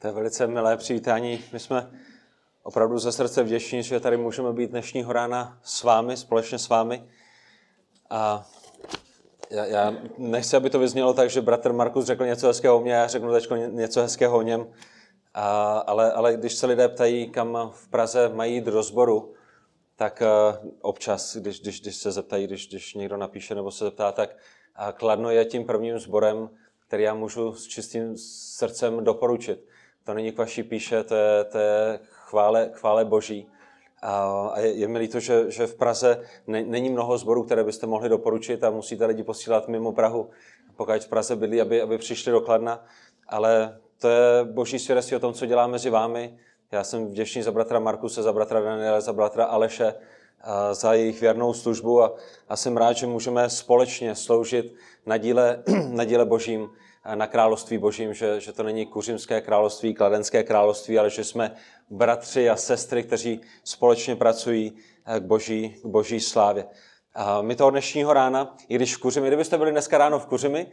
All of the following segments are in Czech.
To je velice milé přivítání. My jsme opravdu ze srdce vděční, že tady můžeme být dnešního rána s vámi, společně s vámi. A já nechci, aby to vyznělo tak, že bratr Markus řekl něco hezkého o mně, já řeknu teď něco hezkého o něm. Ale když se lidé ptají, kam v Praze mají jít do sboru, tak občas, když se zeptají, když někdo napíše nebo se zeptá, tak Kladno je tím prvním sborem, který já můžu s čistým srdcem doporučit. To není k vaší píše, to je chvále Boží. A je mi líto, že v Praze není mnoho sborů, které byste mohli doporučit a musíte lidi posílat mimo Prahu, pokud v Praze bydlí, aby přišli do Kladna. Ale to je Boží svědectví o tom, co dělá mezi vámi. Já jsem vděčný za bratra Markuse, za bratra Daniela, za bratra Aleše, za jejich věrnou službu a jsem rád, že můžeme společně sloužit na díle Božím, na království Božím, že to není kuřimské království, kladenské království, ale že jsme bratři a sestry, kteří společně pracují k Boží slávě. My toho dnešního rána, i když v Kuřimi, kdybyste byli dneska ráno v Kuřimi,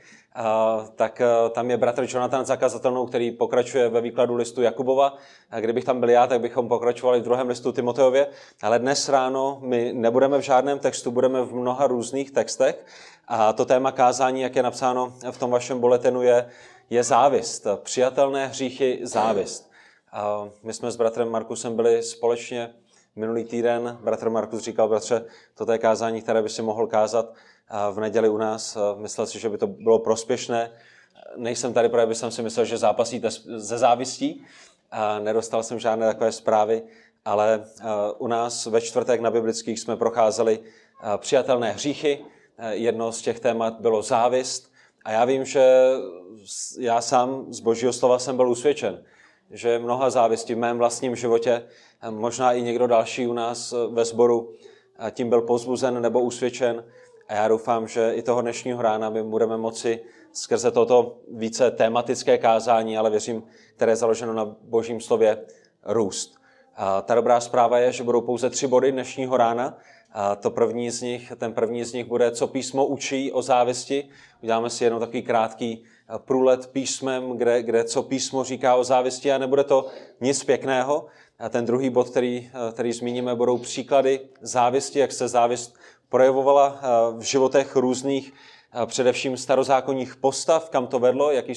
tak tam je bratr Jonathan Zakazatelnou, který pokračuje ve výkladu listu Jakubova. A kdybych tam byl já, tak bychom pokračovali v druhém listu Timoteově. Ale dnes ráno my nebudeme v žádném textu, budeme v mnoha různých textech. A to téma kázání, jak je napsáno v tom vašem bulletinu, je závist. Přijatelné hříchy, závist. My jsme s bratrem Markusem byli společně minulý týden. Bratr Markus říkal, bratře, toto je kázání, které by si mohl kázat v neděli u nás. Myslel si, že by to bylo prospěšné. Nejsem tady, protože jsem si myslel, že zápasíte ze závistí. Nedostal jsem žádné takové zprávy, ale u nás ve čtvrtek na biblických jsme procházeli přijatelné hříchy. Jedno z těch témat bylo závist. A já vím, že já sám z Božího slova jsem byl usvědčen, že mnoha závistí v mém vlastním životě, možná i někdo další u nás ve sboru tím byl povzbuzen nebo usvědčen. A já doufám, že i toho dnešního rána my budeme moci skrze toto více tematické kázání, ale věřím, které je založeno na Božím slově, růst. A ta dobrá zpráva je, že budou pouze 3 body dnešního rána. A ten první z nich bude, co písmo učí o závisti. Uděláme si jenom takový krátký průlet písmem, kde co písmo říká o závisti, a nebude to nic pěkného. A ten druhý bod, který zmíníme, budou příklady závisti, jak se závist projevovala v životech různých, především starozákonních postav, kam to vedlo, jaký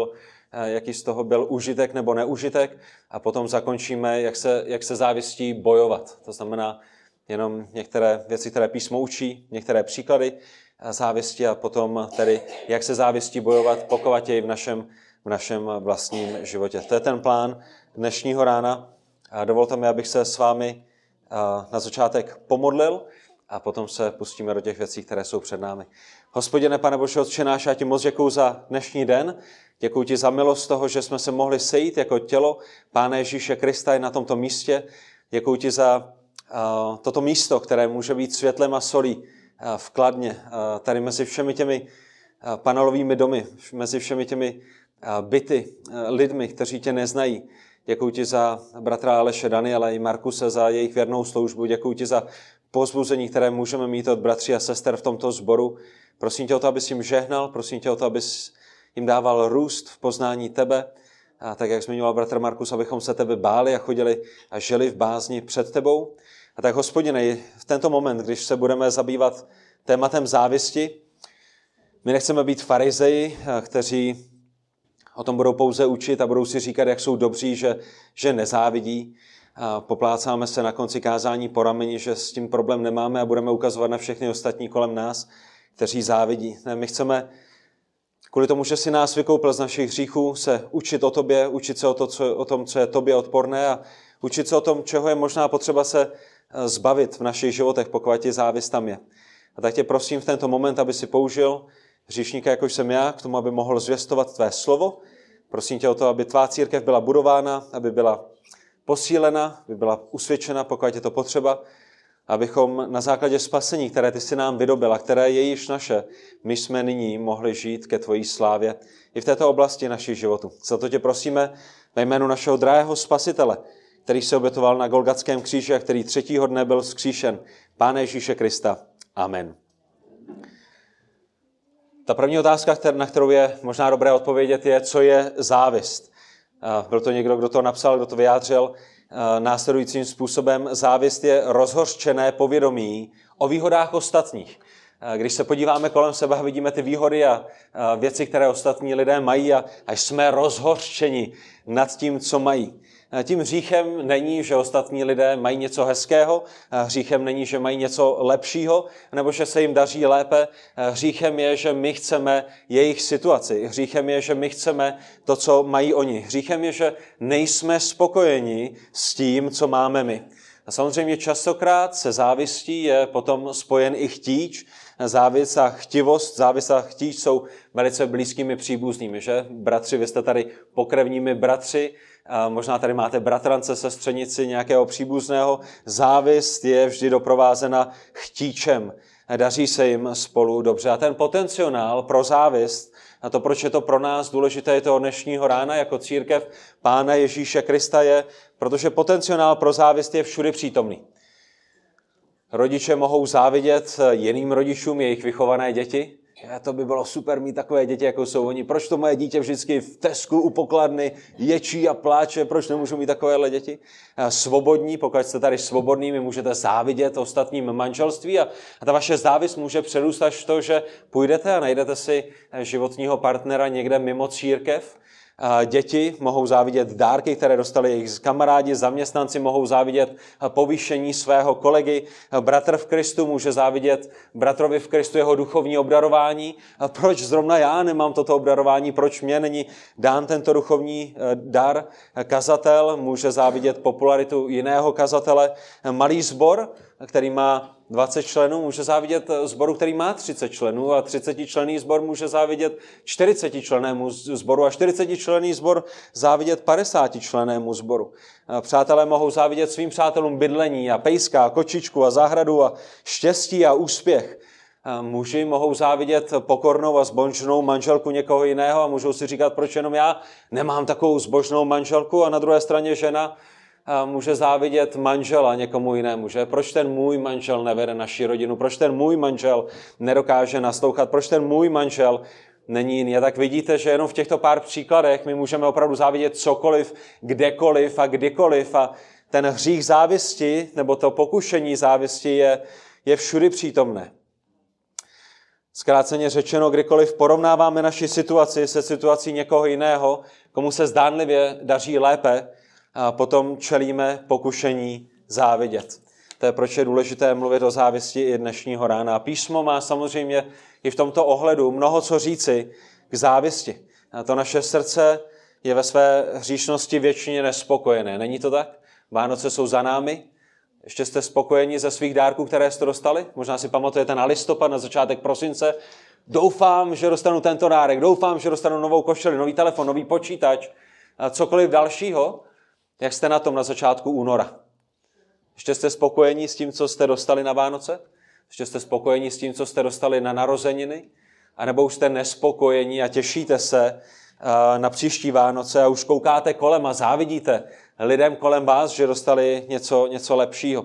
z toho byl užitek nebo neužitek. A potom zakončíme, jak se závistí bojovat. To znamená jenom některé věci, které písmo učí, některé příklady závisti a potom tedy, jak se závistí bojovat pokovatěji v našem vlastním životě. To je ten plán dnešního rána. A dovolte mi, abych se s vámi na začátek pomodlil a potom se pustíme do těch věcí, které jsou před námi. Hospodine, Pane Bože, Otče náš, já ti moc děkuju za dnešní den. Děkuju ti za milost toho, že jsme se mohli sejít jako tělo Pána Ježíše Krista na tomto místě. Děkuju ti za toto místo, které může být světlem a solí v Kladně, tady mezi všemi těmi panelovými domy, mezi všemi těmi byty, lidmi, kteří tě neznají. Děkuji ti za bratra Aleše, Daniela i Markuse, za jejich věrnou službu. Děkuji ti za povzbuzení, které můžeme mít od bratří a sester v tomto sboru. Prosím tě o to, abys jim žehnal, prosím tě o to, abys jim dával růst v poznání tebe. A tak, jak zmiňoval bratr Markus, abychom se tebe báli a chodili a žili v bázni před tebou. A tak, Hospodine, v tento moment, když se budeme zabývat tématem závisti, my nechceme být farizeji, kteří o tom budou pouze učit a budou si říkat, jak jsou dobří, že nezávidí. A poplácáme se na konci kázání po rameni, že s tím problém nemáme a budeme ukazovat na všechny ostatní kolem nás, kteří závidí. Ne, my chceme, kvůli tomu, že si nás vykoupil z našich hříchů, se učit o tobě, učit se o tom, co je tobě odporné a učit se o tom, čeho je možná potřeba se zbavit v našich životech, pokud ti závist tam je. A tak tě prosím v tento moment, aby si použil hříšníka, jako jsem já, k tomu, aby mohl zvěstovat tvé slovo. Prosím tě o to, aby tvá církev byla budována, aby byla posílena, aby byla usvědčena, pokud je to potřeba, abychom na základě spasení, které ty si nám vydobil a které je již naše, my jsme nyní mohli žít ke tvojí slávě i v této oblasti našich životů. Za to tě prosíme ve jménu našeho drahého Spasitele, který se obětoval na Golgatském kříži a který 3. dne byl vzkříšen, Pána Ježíše Krista. Amen. Ta první otázka, na kterou je možná dobré odpovědět, je, co je závist. Byl to někdo, kdo to napsal, kdo to vyjádřil následujícím způsobem. Závist je rozhořčené povědomí o výhodách ostatních. Když se podíváme kolem sebe a vidíme ty výhody a věci, které ostatní lidé mají a jsme rozhořčeni nad tím, co mají. Tím hříchem není, že ostatní lidé mají něco hezkého, hříchem není, že mají něco lepšího, nebo že se jim daří lépe. Hříchem je, že my chceme jejich situaci. Hříchem je, že my chceme to, co mají oni. Hříchem je, že nejsme spokojeni s tím, co máme my. A samozřejmě častokrát se závistí je potom spojen i chtíč. Závist a chtivost, závist a chtíč jsou velice blízkými příbuznými, že? Bratři, vy jste tady pokrevními bratři, možná tady máte bratrance, sestřenici nějakého příbuzného. Závist je vždy doprovázena chtíčem. Daří se jim spolu dobře. A ten potenciál pro závist, a to, proč je to pro nás důležité, je toho dnešního rána jako církev Pána Ježíše Krista je, protože potenciál pro závist je všudy přítomný. Rodiče mohou závidět jiným rodičům jejich vychované děti. To by bylo super mít takové děti, jako jsou oni. Proč to moje dítě vždycky v Tesku u pokladny ječí a pláče? Proč nemůžu mít takovéhle děti? Svobodní, pokud jste tady svobodnými, můžete závidět ostatním manželství a ta vaše závist může přerůst až to, že půjdete a najdete si životního partnera někde mimo církev. Děti mohou závidět dárky, které dostali jejich kamarádi, zaměstnanci mohou závidět povýšení svého kolegy, bratr v Kristu může závidět bratrovi v Kristu jeho duchovní obdarování. Proč zrovna já nemám toto obdarování, proč mě není dán tento duchovní dar? Kazatel může závidět popularitu jiného kazatele. Malý sbor, který má 20 členů, může závidět sboru, který má 30 členů a 30členný sbor může závidět 40člennému sboru a 40členný sbor závidět 50člennému sboru. Přátelé mohou závidět svým přátelům bydlení a pejska a kočičku a zahradu a štěstí a úspěch. Muži mohou závidět pokornou a zbožnou manželku někoho jiného a můžou si říkat, proč jenom já nemám takovou zbožnou manželku, a na druhé straně žena může závidět manžela někomu jinému, že? Proč ten můj manžel nevede naši rodinu, proč ten můj manžel nedokáže naslouchat, proč ten můj manžel není jiný. A tak vidíte, že jenom v těchto pár příkladech my můžeme opravdu závidět cokoliv, kdekoliv a kdykoliv a ten hřích závisti nebo to pokušení závisti je všudy přítomné. Zkráceně řečeno, kdykoliv porovnáváme naši situaci se situací někoho jiného, komu se zdánlivě daří lépe, a potom čelíme pokušení závidět. To je, proč je důležité mluvit o závisti i dnešního rána. A písmo má samozřejmě i v tomto ohledu mnoho co říci k závisti. A to naše srdce je ve své hříšnosti většině nespokojené. Není to tak? Vánoce jsou za námi. Ještě jste spokojeni ze svých dárků, které jste dostali? Možná si pamatujete na listopad, na začátek prosince. Doufám, že dostanu tento dárek. Doufám, že dostanu novou košili, nový telefon, nový počítač a cokoliv dalšího. Jak jste na tom na začátku února? Ještě jste spokojení s tím, co jste dostali na Vánoce? Ještě jste spokojení s tím, co jste dostali na narozeniny? A nebo už jste nespokojení a těšíte se na příští Vánoce a už koukáte kolem a závidíte lidem kolem vás, že dostali něco lepšího?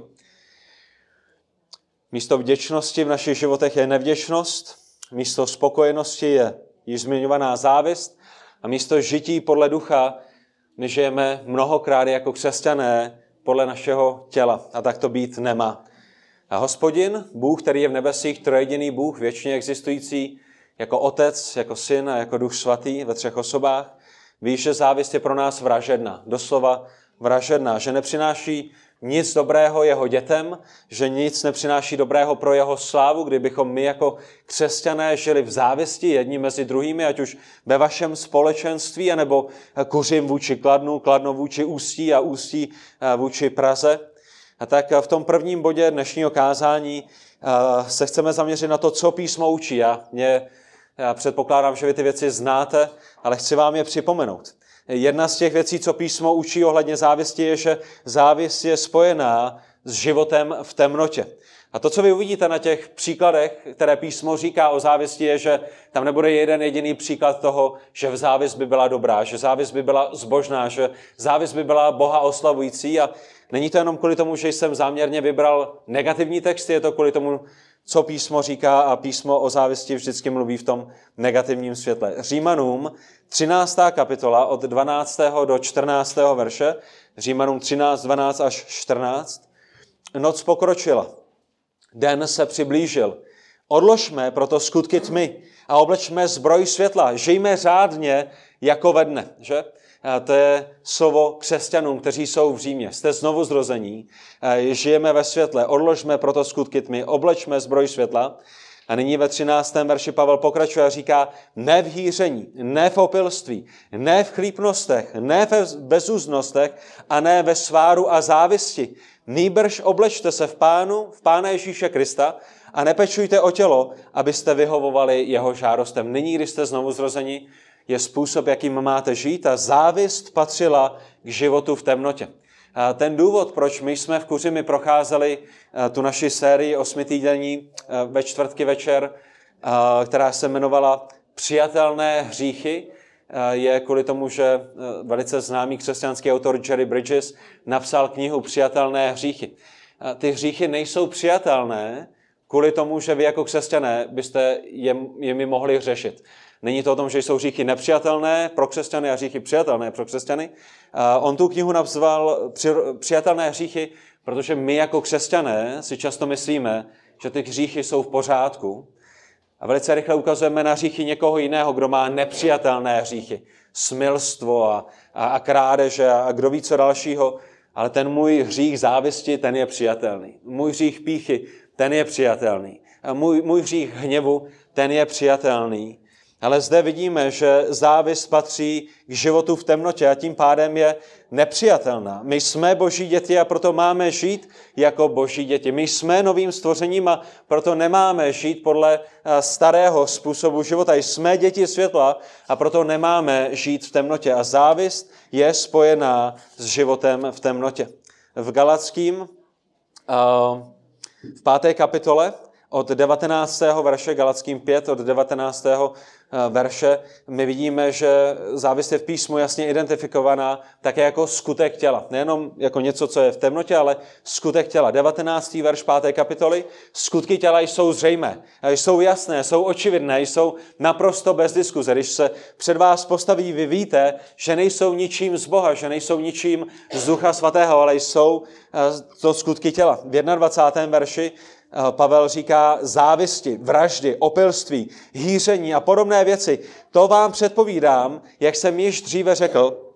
Místo vděčnosti v našich životech je nevděčnost, místo spokojenosti je již zmiňovaná závist a místo žití podle ducha my žijeme mnohokrát jako křesťané podle našeho těla a tak to být nemá. A Hospodin, Bůh, který je v nebesích, trojjediný Bůh, věčně existující jako Otec, jako Syn a jako Duch Svatý ve třech osobách, ví, že závist je pro nás vražedná, doslova vražedná, že nepřináší nic dobrého jeho dětem, že nic nepřináší dobrého pro jeho slávu, kdybychom my jako křesťané žili v závisti jedni mezi druhými, ať už ve vašem společenství, anebo Kuřim vůči Kladnu, Kladno vůči Ústí a Ústí vůči Praze. A tak v tom prvním bodě dnešního kázání se chceme zaměřit na to, co písmo učí. Já předpokládám, že vy ty věci znáte, ale chci vám je připomenout. Jedna z těch věcí, co písmo učí ohledně závisti, je, že závist je spojená s životem v temnotě. A to, co vy uvidíte na těch příkladech, které písmo říká o závisti, je, že tam nebude jeden jediný příklad toho, že v závist by byla dobrá, že závist by byla zbožná, že závist by byla Boha oslavující. A není to jenom kvůli tomu, že jsem záměrně vybral negativní texty, je to kvůli tomu co písmo říká, a písmo o závisti vždycky mluví v tom negativním světle. Římanům 13. kapitola od 12. do 14. verše, Římanům 13, 12 až 14. Noc pokročila, den se přiblížil. Odložme proto skutky tmy a oblečme zbroj světla. Žijme řádně jako ve dne. Že? A to je slovo křesťanům, kteří jsou v Římě. Jste znovu zrození, žijeme ve světle. Odložme proto skutky tmy, oblečme zbroj světla. A nyní ve 13. verši Pavel pokračuje a říká, ne v hýření, ne v opilství, ne v chlípnostech, ne v bezúznostech a ne ve sváru a závisti. Nýbrž oblečte se v Pána Ježíše Krista a nepečujte o tělo, abyste vyhovovali jeho žádostem. Nyní, když jste znovu zrozeni, je způsob, jakým máte žít, a závist patřila k životu v temnotě. A ten důvod, proč my jsme v Kuřimi procházeli tu naši sérii 8týdenní ve čtvrtky večer, která se jmenovala Přijatelné hříchy, je kvůli tomu, že velice známý křesťanský autor Jerry Bridges napsal knihu Přijatelné hříchy. Ty hříchy nejsou přijatelné kvůli tomu, že vy jako křesťané byste jimi mohli řešit. Není to o tom, že jsou hříchy nepřijatelné pro křesťany a hříchy přijatelné pro křesťany. On tu knihu nazval Přijatelné hříchy, protože my jako křesťané si často myslíme, že ty hříchy jsou v pořádku. A velice rychle ukazujeme na hříchy někoho jiného, kdo má nepřijatelné hříchy. Smilstvo a krádeže a kdo ví co dalšího. Ale ten můj hřích závisti, ten je přijatelný. Můj hřích pýchy, ten je přijatelný. A můj hřích hněvu, ten je přijatelný. Ale zde vidíme, že závist patří k životu v temnotě a tím pádem je nepřijatelná. My jsme Boží děti a proto máme žít jako Boží děti. My jsme novým stvořením a proto nemáme žít podle starého způsobu života. Jsme děti světla a proto nemáme žít v temnotě. A závist je spojená s životem v temnotě. V Galackým v 5. kapitole od 19. verše, Galackým 5 od 19. verše, my vidíme, že závist je v písmu jasně identifikovaná také jako skutek těla. Nejenom jako něco, co je v temnotě, ale skutek těla. 19. verš 5. kapitoly. Skutky těla jsou zřejmé, jsou jasné, jsou očividné, jsou naprosto bez diskuze. Když se před vás postaví, vy víte, že nejsou ničím z Boha, že nejsou ničím z Ducha Svatého, ale jsou to skutky těla. V 21. verši Pavel říká závisti, vraždy, opilství, hýření a podobné věci. To vám předpovídám, jak jsem již dříve řekl,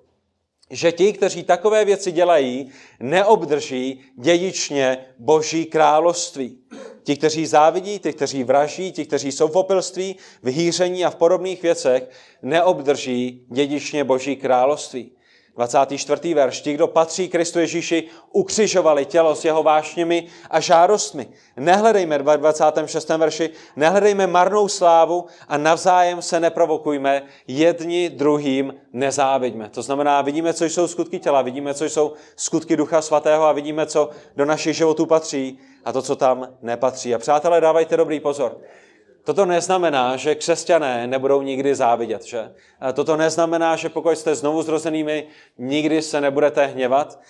že ti, kteří takové věci dělají, neobdrží dědičně Boží království. Ti, kteří závidí, ti, kteří vraždí, ti, kteří jsou v opilství, v hýření a v podobných věcech, neobdrží dědičně Boží království. 24. verš. Ti, kdo patří Kristu Ježíši, ukřižovali tělo s jeho vášněmi a žádostmi. Nehledejme, v 26. verši, nehledejme marnou slávu a navzájem se neprovokujme, jedni druhým nezáviďme. To znamená, vidíme, co jsou skutky těla, vidíme, co jsou skutky Ducha Svatého a vidíme, co do našich životů patří a to, co tam nepatří. A přátelé, dávajte dobrý pozor. Toto neznamená, že křesťané nebudou nikdy závidět. Že? Toto neznamená, že pokud jste znovu zrozenými, nikdy se nebudete hněvat.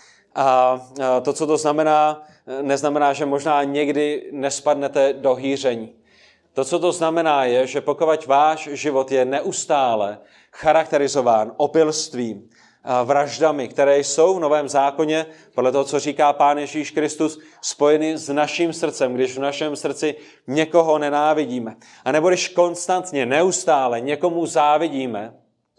A to, co to znamená, neznamená, že možná někdy nespadnete do hýření. To, co to znamená, je, že pokud váš život je neustále charakterizován opilstvím, vraždami, které jsou v Novém zákoně, podle toho, co říká Pán Ježíš Kristus, spojeny s naším srdcem, když v našem srdci někoho nenávidíme. A nebo když konstantně, neustále někomu závidíme,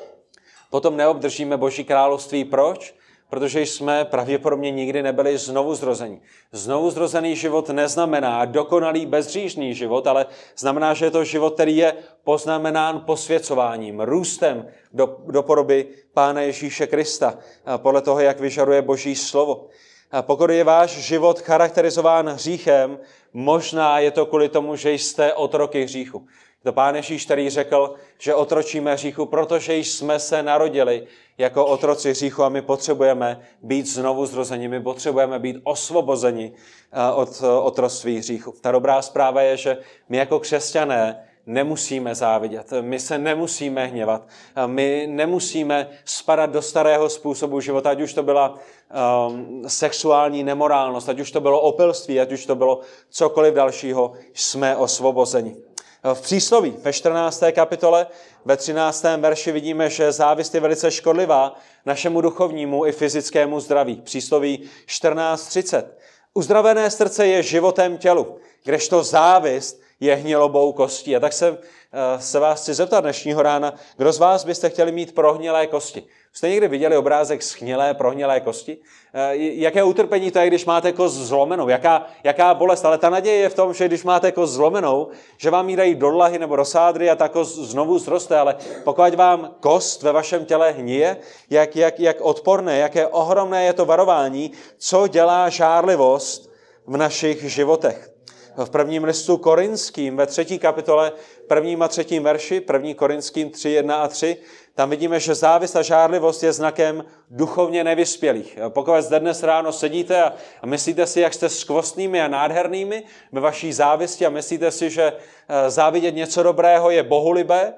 potom neobdržíme Boží království. Proč? Protože jsme pravděpodobně nikdy nebyli znovu zrozeni. Znovu zrozený život neznamená dokonalý bezhříšný život, ale znamená, že je to život, který je poznamenán posvěcováním, růstem do podoby Pána Ježíše Krista, podle toho, jak vyžaduje Boží slovo. A pokud je váš život charakterizován hříchem, možná je to kvůli tomu, že jste otroky hříchu. To Pán Ježíš, který řekl, že otročíme hříchu, protože jsme se narodili jako otroci hříchu a my potřebujeme být znovu zrozeni, my potřebujeme být osvobozeni od otroctví hříchu. Ta dobrá zpráva je, že my jako křesťané nemusíme závidět, my se nemusíme hněvat, my nemusíme spadat do starého způsobu života, ať už to byla sexuální nemorálnost, ať už to bylo opilství, ať už to bylo cokoliv dalšího, jsme osvobozeni. V přísloví ve 14. kapitole ve 13. verši vidíme, že závist je velice škodlivá našemu duchovnímu i fyzickému zdraví. Přísloví 14:30. Uzdravené srdce je životem tělu, kdežto závist je hnilobou kostí. A tak se vás chci zeptat dnešního rána, kdo z vás byste chtěli mít prohnilé kosti? Jste někdy viděli obrázek schnilé, prohnilé kosti? Jaké utrpení to je, když máte kost zlomenou? Jaká bolest? Ale ta naděje je v tom, že když máte kost zlomenou, že vám ji dají do dlahy nebo do sádry a ta kost znovu zroste. Ale pokud vám kost ve vašem těle hnije, jak odporné, jaké ohromné je to varování, co dělá žárlivost v našich životech. V prvním listu Korinským ve 3. kapitole 1. a 3. verši, 1. Korinským 3:1-3, tam vidíme, že závist a žárlivost je znakem duchovně nevyspělých. Pokud zde dnes ráno sedíte a myslíte si, jak jste skvostnými a nádhernými ve vaší závisti a myslíte si, že závidět něco dobrého je bohulibé,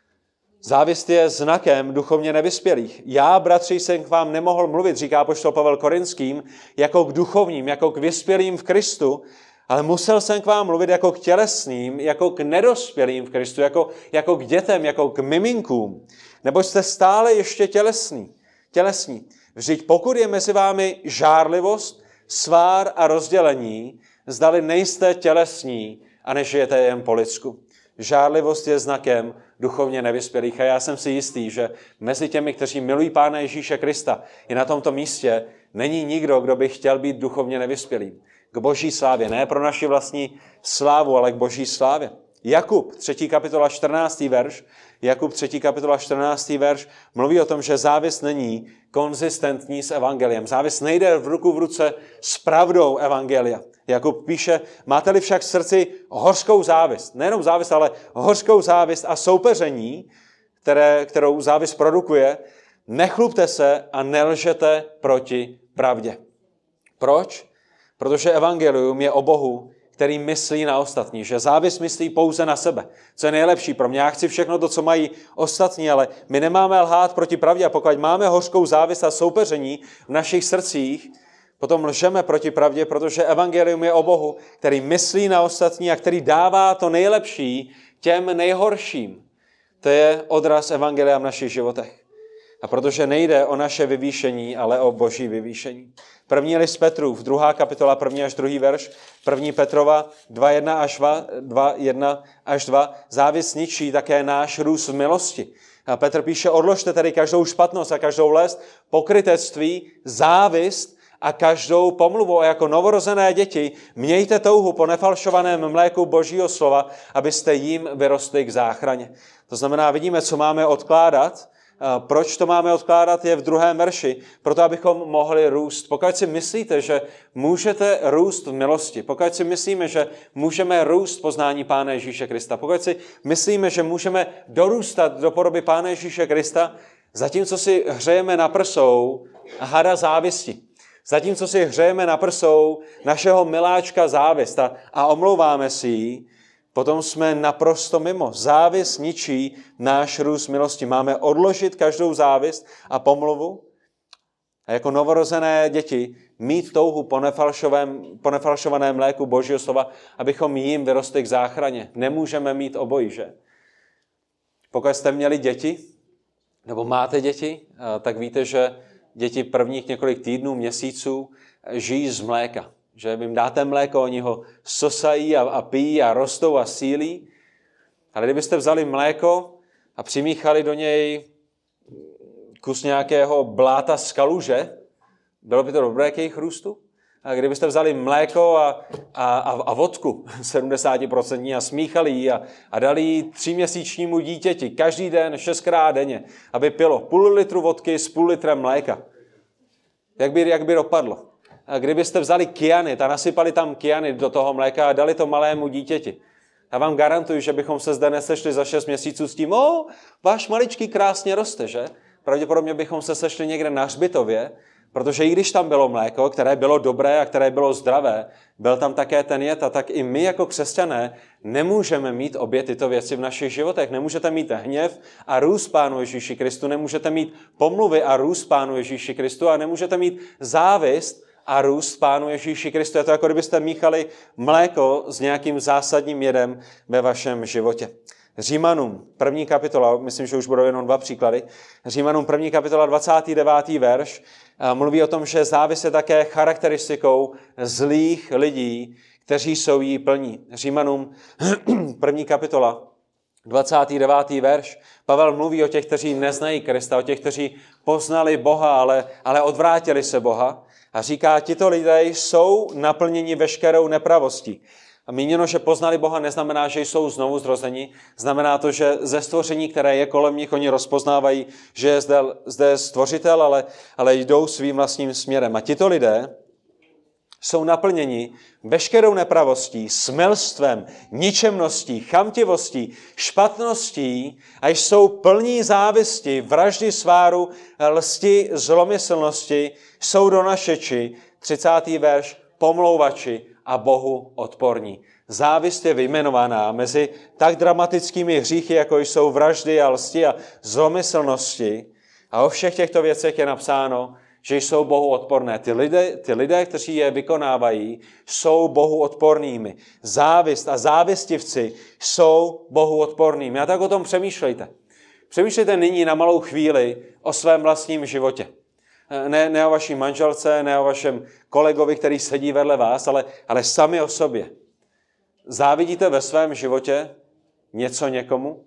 závist je znakem duchovně nevyspělých. Já, bratři, jsem k vám nemohl mluvit, říká apoštol Pavel Korinským, jako k duchovním, jako k vyspělým v Kristu, ale musel jsem k vám mluvit jako k tělesným, jako k nedospělým v Kristu, jako k dětem, jako k miminkům. Neboť jste stále ještě tělesní. Vždyť pokud je mezi vámi žárlivost, svár a rozdělení, zdali nejste tělesní a nežijete jen po lidsku. Žárlivost je znakem duchovně nevyspělých a já jsem si jistý, že mezi těmi, kteří milují Pána Ježíše Krista, i na tomto místě není nikdo, kdo by chtěl být duchovně nevyspělým. K boží slávě, ne pro naši vlastní slávu, ale k boží slávě. Jakub, 3. kapitola 14. verš, mluví o tom, že závist není konzistentní s evangeliem. Závist nejde v ruku v ruce s pravdou evangelia. Jakub píše, máte-li však v srdci hořkou závist, nejenom závist, ale hořkou závist a soupeření, kterou závist produkuje, nechlubte se a nelžete proti pravdě. Proč? Protože evangelium je o Bohu, který myslí na ostatní, že závist myslí pouze na sebe. Co je nejlepší pro mě? Já chci všechno to, co mají ostatní, ale my nemáme lhát proti pravdě. A pokud máme hořkou závist a soupeření v našich srdcích, potom lžeme proti pravdě, protože evangelium je o Bohu, který myslí na ostatní a který dává to nejlepší těm nejhorším. To je odraz evangelia v našich životech. A protože nejde o naše vyvýšení, ale o boží vyvýšení. První list Petrův, 2. kapitola, 1. až 2. verš, 1. Petrova 2:1 až 2, závist ničí také náš růst v milosti. A Petr píše, odložte tedy každou špatnost a každou lest, pokrytectví, závist a každou pomluvu. A jako novorozené děti mějte touhu po nefalšovaném mléku božího slova, abyste jim vyrostli k záchraně. To znamená, vidíme, co máme odkládat. Proč to máme odkládat, je v 2. verši, proto abychom mohli růst. Pokud si myslíte, že můžete růst v milosti, pokud si myslíme, že můžeme růst poznání Pána Ježíše Krista, pokud si myslíme, že můžeme dorůstat do podoby Pána Ježíše Krista, zatímco si hřejeme na prsou hada závisti, zatímco si hřejeme na prsou našeho miláčka závist a omlouváme si ji, potom jsme naprosto mimo. Závist ničí náš růst milosti. Máme odložit každou závist a pomluvu a jako novorozené děti mít touhu po nefalšovaném mléku božího slova, abychom jim vyrostli k záchraně. Nemůžeme mít obojí, že? Pokud jste měli děti, nebo máte děti, tak víte, že děti prvních několik týdnů, měsíců žijí z mléka. Že vy jim dáte mléko, oni ho sosají a pijí a rostou a sílí. Ale kdybyste vzali mléko a přimíchali do něj kus nějakého bláta z kaluže, bylo by to dobré k jejich růstu? A kdybyste vzali mléko a vodku 70% a smíchali ji a dali ji 3měsíčnímu dítěti každý den, 6krát denně, aby pilo půl litru vodky s půl litrem mléka. Jak by dopadlo? A kdybyste vzali kyanid a nasypali tam kyanid do toho mléka a dali to malému dítěti, já vám garantuju, že bychom se zde nesešli za 6 měsíců s tím, váš maličký krásně roste, že? Pravděpodobně bychom se sešli někde na hřbitově, Protože i když tam bylo mléko, které bylo dobré a které bylo zdravé, byl tam také ten jed, a tak i my jako křesťané nemůžeme mít obě tyto věci v našich životech. Nemůžete mít hněv a růst Pánu Ježíši Kristu, nemůžete mít pomluvy a růst Pánu Ježíši Kristu a nemůžete mít závist a růst Pánu Ježíši Kristu. Je to, jako kdybyste míchali mléko s nějakým zásadním jedem ve vašem životě. Římanům, 1. kapitola, myslím, že už budou jenom 2 příklady. Římanům 1. kapitola, 29. verš, mluví o tom, že závist je také charakteristikou zlých lidí, kteří jsou jí plní. Římanům 1. kapitola, 29. verš, Pavel mluví o těch, kteří neznají Krista, o těch, kteří poznali Boha, ale odvrátili se Boha. A říká, tito lidé jsou naplněni veškerou nepravostí. A míněno, že poznali Boha, neznamená, že jsou znovu zrozeni. Znamená to, že ze stvoření, které je kolem nich, oni rozpoznávají, že je zde stvořitel, ale jdou svým vlastním směrem. A tito lidé jsou naplněni veškerou nepravostí, smilstvem, ničemností, chamtivostí, špatností a jsou plní závisti, vraždy, sváru, lsti, zlomyslnosti, jsou donašeči, 30. verš, pomlouvači a Bohu odporní. Závist je vyjmenovaná mezi tak dramatickými hříchy, jako jsou vraždy a lsti a zlomyslnosti. A o všech těchto věcech je napsáno, že jsou Bohu odporné. Ty lidé, kteří je vykonávají, jsou Bohu odpornými. Závist a závistivci jsou Bohu odpornými. A tak o tom přemýšlejte. Přemýšlejte nyní na malou chvíli o svém vlastním životě. Ne o vaší manželce, ne o vašem kolegovi, který sedí vedle vás, ale sami o sobě. Závidíte ve svém životě něco někomu?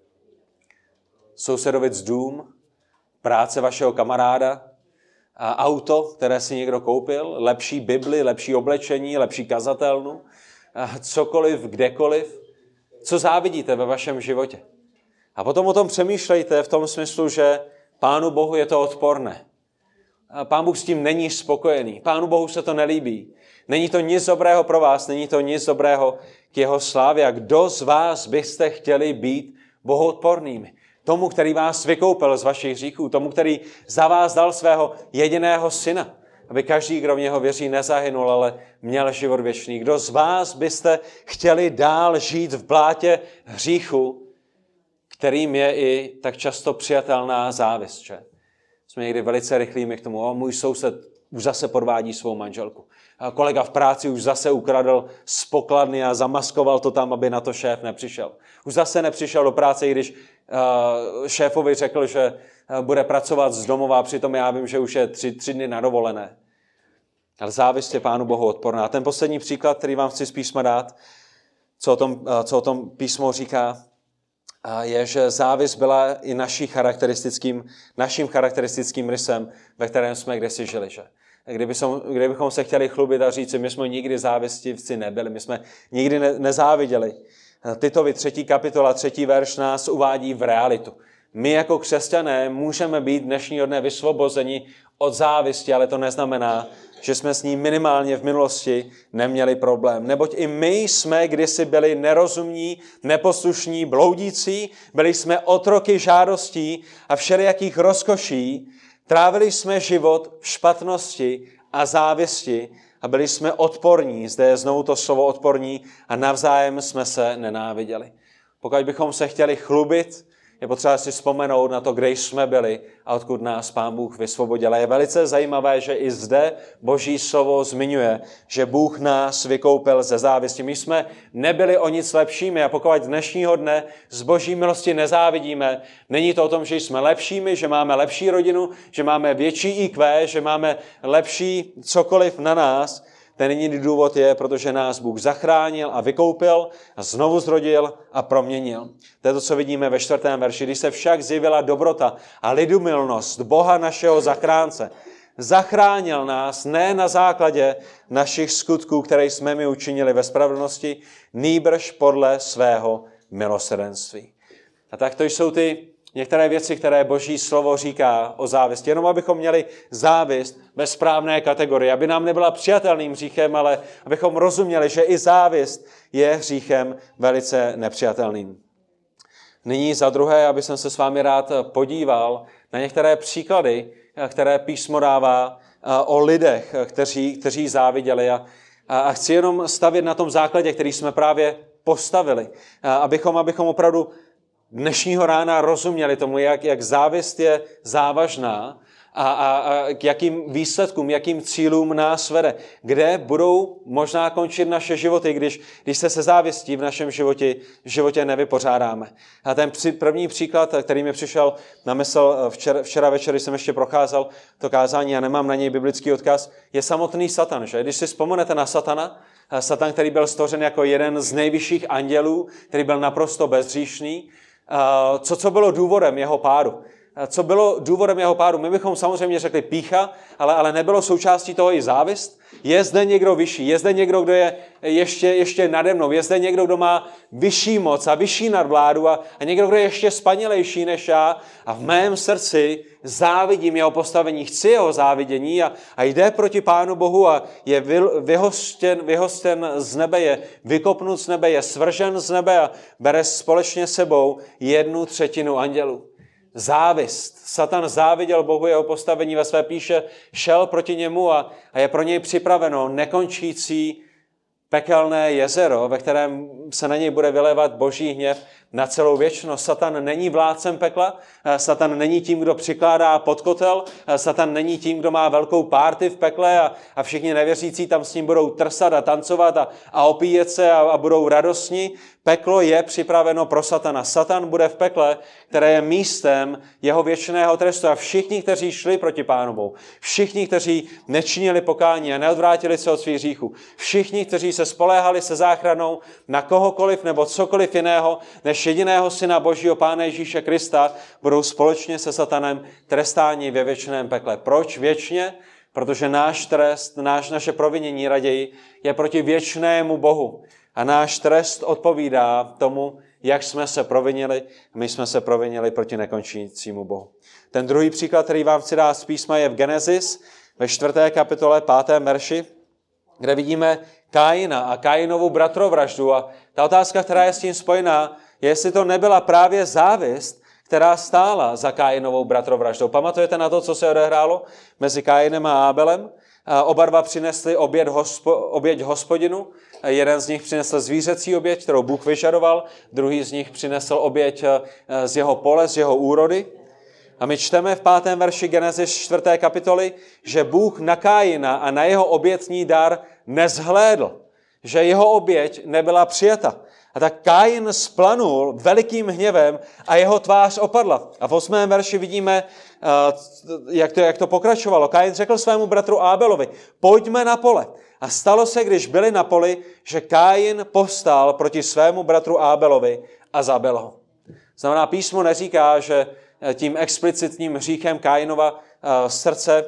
Sousedovic dům, práce vašeho kamaráda, auto, které si někdo koupil, lepší Bibli, lepší oblečení, lepší kazatelnu, cokoliv, kdekoliv. Co závidíte ve vašem životě? A potom o tom přemýšlejte v tom smyslu, že Pánu Bohu je to odporné. Pán Bůh s tím není spokojený. Pánu Bohu se to nelíbí. Není to nic dobrého pro vás, není to nic dobrého k jeho slávě. A kdo z vás byste chtěli být Bohu odpornými? Tomu, který vás vykoupil z vašich hříchů, tomu, který za vás dal svého jediného syna, aby každý, kdo v něho věří, nezahynul, ale měl život věčný. Kdo z vás byste chtěli dál žít v blátě hříchu, kterým je i tak často přijatelná závist, že? Jsme někdy velice rychlými k tomu, můj soused už zase podvádí svou manželku. A kolega v práci už zase ukradl z pokladny a zamaskoval to tam, aby na to šéf nepřišel. Už zase nepřišel do práce, i když šéfovi řekl, že bude pracovat z domova, přitom já vím, že už je 3 dny na dovolené. Ale závist je Pánu Bohu odporná. A ten poslední příklad, který vám chci z písma dát, co o tom písmo říká, je, že závist byla i naším charakteristickým rysem, ve kterém jsme kdysi žili. Že? Kdybychom se chtěli chlubit a říct, my jsme nikdy závistivci nebyli, my jsme nikdy nezáviděli. Titovi 3. kapitola, 3. verš nás uvádí v realitu. My jako křesťané můžeme být dnešního dne vysvobozeni od závisti, ale to neznamená, že jsme s ní minimálně v minulosti neměli problém. Neboť i my jsme kdysi byli nerozumní, neposlušní, bloudící, byli jsme otroky žádostí a všelijakých rozkoší, trávili jsme život v špatnosti a závisti a byli jsme odporní, zde je znovu to slovo odporní, a navzájem jsme se nenáviděli. Pokud bychom se chtěli chlubit, je potřeba si vzpomenout na to, kde jsme byli a odkud nás Pán Bůh vysvobodil. Je velice zajímavé, že i zde Boží slovo zmiňuje, že Bůh nás vykoupil ze závisti. My jsme nebyli o nic lepšími a pokud dnešního dne z Boží milosti nezávidíme, není to o tom, že jsme lepšími, že máme lepší rodinu, že máme větší IQ, že máme lepší cokoliv na nás. Ten jediný důvod je, protože nás Bůh zachránil a vykoupil a znovu zrodil a proměnil. To je to, co vidíme ve 4. verši. Když se však zjevila dobrota a lidumilnost Boha našeho zachránce, zachránil nás ne na základě našich skutků, které jsme my učinili ve spravedlnosti, nýbrž podle svého milosrdenství. A tak to jsou ty některé věci, které Boží slovo říká o závisti. Jenom abychom měli závist ve správné kategorii, aby nám nebyla přijatelným hříchem, ale abychom rozuměli, že i závist je hříchem velice nepřijatelným. Nyní za druhé, aby jsem se s vámi rád podíval na některé příklady, které písmo dává o lidech, kteří záviděli. A chci jenom stavět na tom základě, který jsme právě postavili, abychom opravdu dnešního rána rozuměli tomu, jak závist je závažná a k jakým výsledkům, jakým cílům nás vede. Kde budou možná končit naše životy, když se se závistí v našem životě nevypořádáme. A ten první příklad, který mi přišel na mysl včera večer, když jsem ještě procházel to kázání a nemám na něj biblický odkaz, je samotný Satan. Že? Když si vzpomenete na Satana, Satan, který byl stvořen jako jeden z nejvyšších andělů, který byl naprosto bezhříšný, co bylo důvodem jeho pádu? Co bylo důvodem jeho pádu? My bychom samozřejmě řekli pýcha, ale nebylo součástí toho i závist. Je zde někdo vyšší, je zde někdo, kdo je ještě nade mnou, je zde někdo, kdo má vyšší moc a vyšší nadvládu a někdo, kdo je ještě spanilejší než já a v mém srdci závidím jeho postavení, chci jeho závidění a jde proti Pánu Bohu a je vyhosten z nebe, je vykopnut z nebe, je svržen z nebe a bere společně sebou 1/3 andělů. Závist. Satan záviděl Bohu jeho postavení ve své píše, šel proti němu a je pro něj připraveno nekončící pekelné jezero, ve kterém se na něj bude vylévat boží hněv na celou věčnost. Satan není vládcem pekla, Satan není tím, kdo přikládá pod kotel, Satan není tím, kdo má velkou párty v pekle a všichni nevěřící tam s ním budou trsat a tancovat a opíjet se a budou radostní. Peklo je připraveno pro Satana. Satan bude v pekle, které je místem jeho věčného trestu a všichni, kteří šli proti Pánu Bohu, všichni, kteří nečinili pokání a neodvrátili se od svých hříchů, všichni, kteří se spoléhali se záchranou na kohokoliv nebo cokoliv jiného, než jediného Syna Božího Pána Ježíše Krista, budou společně se Satanem trestáni ve věčném pekle. Proč věčně? Protože náš trest, naše provinění raději je proti věčnému Bohu. A náš trest odpovídá tomu, jak jsme se provinili. My jsme se provinili proti nekončícímu Bohu. Ten druhý příklad, který vám chci dát z písma, je v Genesis, ve 4. kapitole, 5. verši, kde vidíme Kaina a Kainovu bratrovraždu. A ta otázka, která je s tím spojená, je, jestli to nebyla právě závist, která stála za Kainovou bratrovraždou. Pamatujete na to, co se odehrálo mezi Kainem a Abelem? Oba dva přinesli oběť Hospodinu. Jeden z nich přinesl zvířecí oběť, kterou Bůh vyžadoval. Druhý z nich přinesl oběť z jeho pole, z jeho úrody. A my čteme v 5. verši Genesis 4. kapitoly, že Bůh na Kaina a na jeho obětní dar nezhlédl, že jeho oběť nebyla přijata. A tak Kain splanul velikým hněvem a jeho tvář opadla. A v 8. verši vidíme, jak to pokračovalo. Kain řekl svému bratru Ábelovi, pojďme na pole. A stalo se, když byli na poli, že Kain povstal proti svému bratru Ábelovi a zabil ho. Znamená, písmo neříká, že tím explicitním hříchem Kainova srdce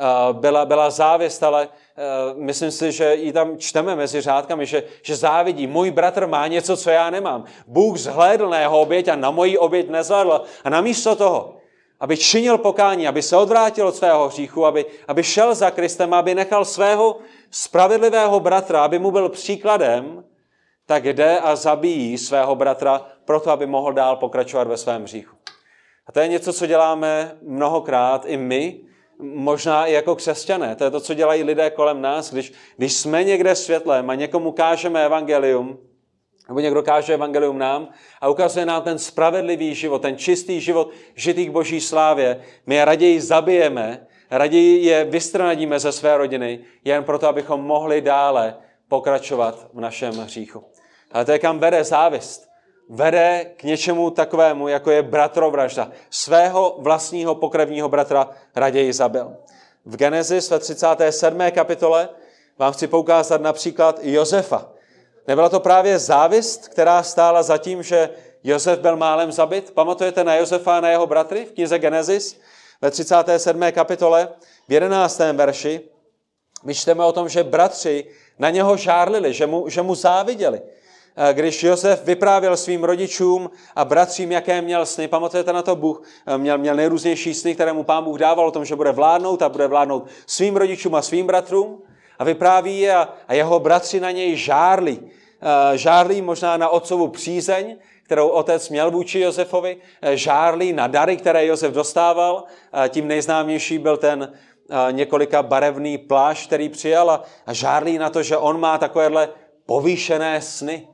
byla závist, ale myslím si, že ji tam čteme mezi řádkami, že závidí. Můj bratr má něco, co já nemám. Bůh zhlédl na jeho oběť a na moji oběť nezhlédl. A namísto toho, aby činil pokání, aby se odvrátil od svého hříchu, aby šel za Kristem, aby nechal svého spravedlivého bratra, aby mu byl příkladem, tak jde a zabíjí svého bratra proto, aby mohl dál pokračovat ve svém hříchu. A to je něco, co děláme mnohokrát i my, možná i jako křesťané. To je to, co dělají lidé kolem nás, když jsme někde světlem a někomu kážeme evangelium, nebo někdo káže evangelium nám a ukazuje nám ten spravedlivý život, ten čistý život žitý k Boží slávě, my je raději zabijeme, raději je vystranadíme ze své rodiny, jen proto, abychom mohli dále pokračovat v našem hříchu. Ale to je, kam vede závist. Vede k něčemu takovému, jako je bratrovražda. Svého vlastního pokrevního bratra raději zabil. V Genesis ve 37. kapitole vám chci poukázat například Josefa. Nebyla to právě závist, která stála za tím, že Josef byl málem zabit? Pamatujete na Josefa a na jeho bratry v knize Genesis? Ve 37. kapitole v 11. verši my čteme o tom, že bratři na něho žárlili, že mu záviděli. Když Josef vyprávěl svým rodičům a bratřím, jaké měl sny, pamatujete na to, Bůh měl nejrůznější sny, které mu Pán Bůh dával o tom, že bude vládnout a bude vládnout svým rodičům a svým bratrům a vypráví je a jeho bratři na něj žárlí. Žárlí možná na otcovu přízeň, kterou otec měl vůči Josefovi, žárlí na dary, které Josef dostával. Tím nejznámější byl ten několika barevný plášť, který přijal a žárlí na to, že on má takovéhle povýšené sny.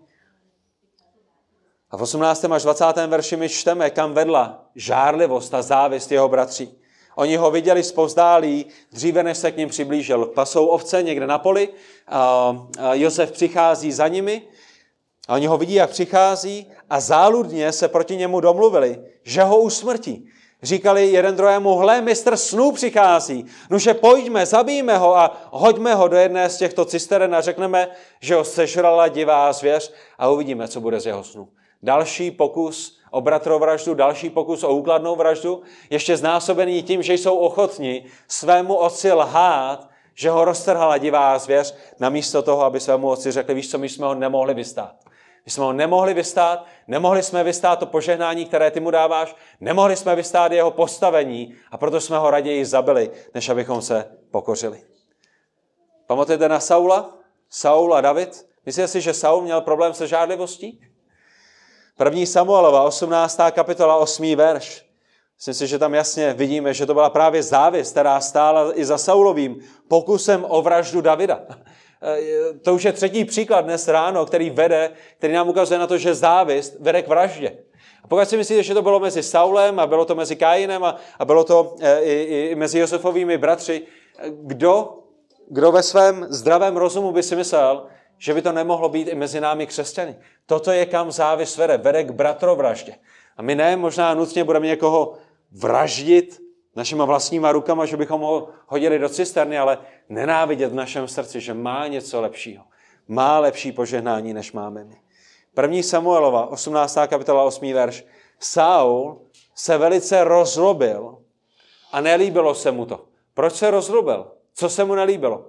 A v 18. až 20. verši my čteme, kam vedla žárlivost a závist jeho bratří. Oni ho viděli zpovzdálí, dříve než se k ním přiblížil. Pasou ovce někde na poli, Josef přichází za nimi a oni ho vidí, jak přichází a záludně se proti němu domluvili, že ho usmrtí. Říkali jeden druhému, hle, mistr snů přichází, nože pojďme, zabijme ho a hoďme ho do jedné z těchto cisteren a řekneme, že ho sežrala divá zvěř a uvidíme, co bude z jeho snu. Další pokus o bratrovraždu, další pokus o úkladnou vraždu, ještě znásobený tím, že jsou ochotni svému otci lhát, že ho roztrhala divá zvěř, namísto toho, aby svému otci řekli, víš co, my jsme ho nemohli vystát. My jsme ho nemohli vystát, nemohli jsme vystát to požehnání, které ty mu dáváš, nemohli jsme vystát jeho postavení a proto jsme ho raději zabili, než abychom se pokořili. Pamatujete na Saula? Saul a David? Myslíte si, že Saul měl problém se žárlivostí? 1. Samuelova, 18. kapitola, 8. verš. Myslím si, že tam jasně vidíme, že to byla právě závist, která stála i za Saulovým pokusem o vraždu Davida. To už je třetí příklad dnes ráno, který nám ukazuje na to, že závist vede k vraždě. A pokud si myslíte, že to bylo mezi Saulem a bylo to mezi Kainem a bylo to i mezi Josefovými bratři, kdo ve svém zdravém rozumu by si myslel, že by to nemohlo být i mezi námi křesťany. Toto je, kam závist vede k bratrovraždě. A my ne, možná nutně budeme někoho vraždit našima vlastníma rukama, že bychom ho hodili do cisterny, ale nenávidět v našem srdci, že má něco lepšího. Má lepší požehnání, než máme my. 1. Samuelova, 18. kapitola, 8. verš. Saul se velice rozlobil a nelíbilo se mu to. Proč se rozlobil? Co se mu nelíbilo?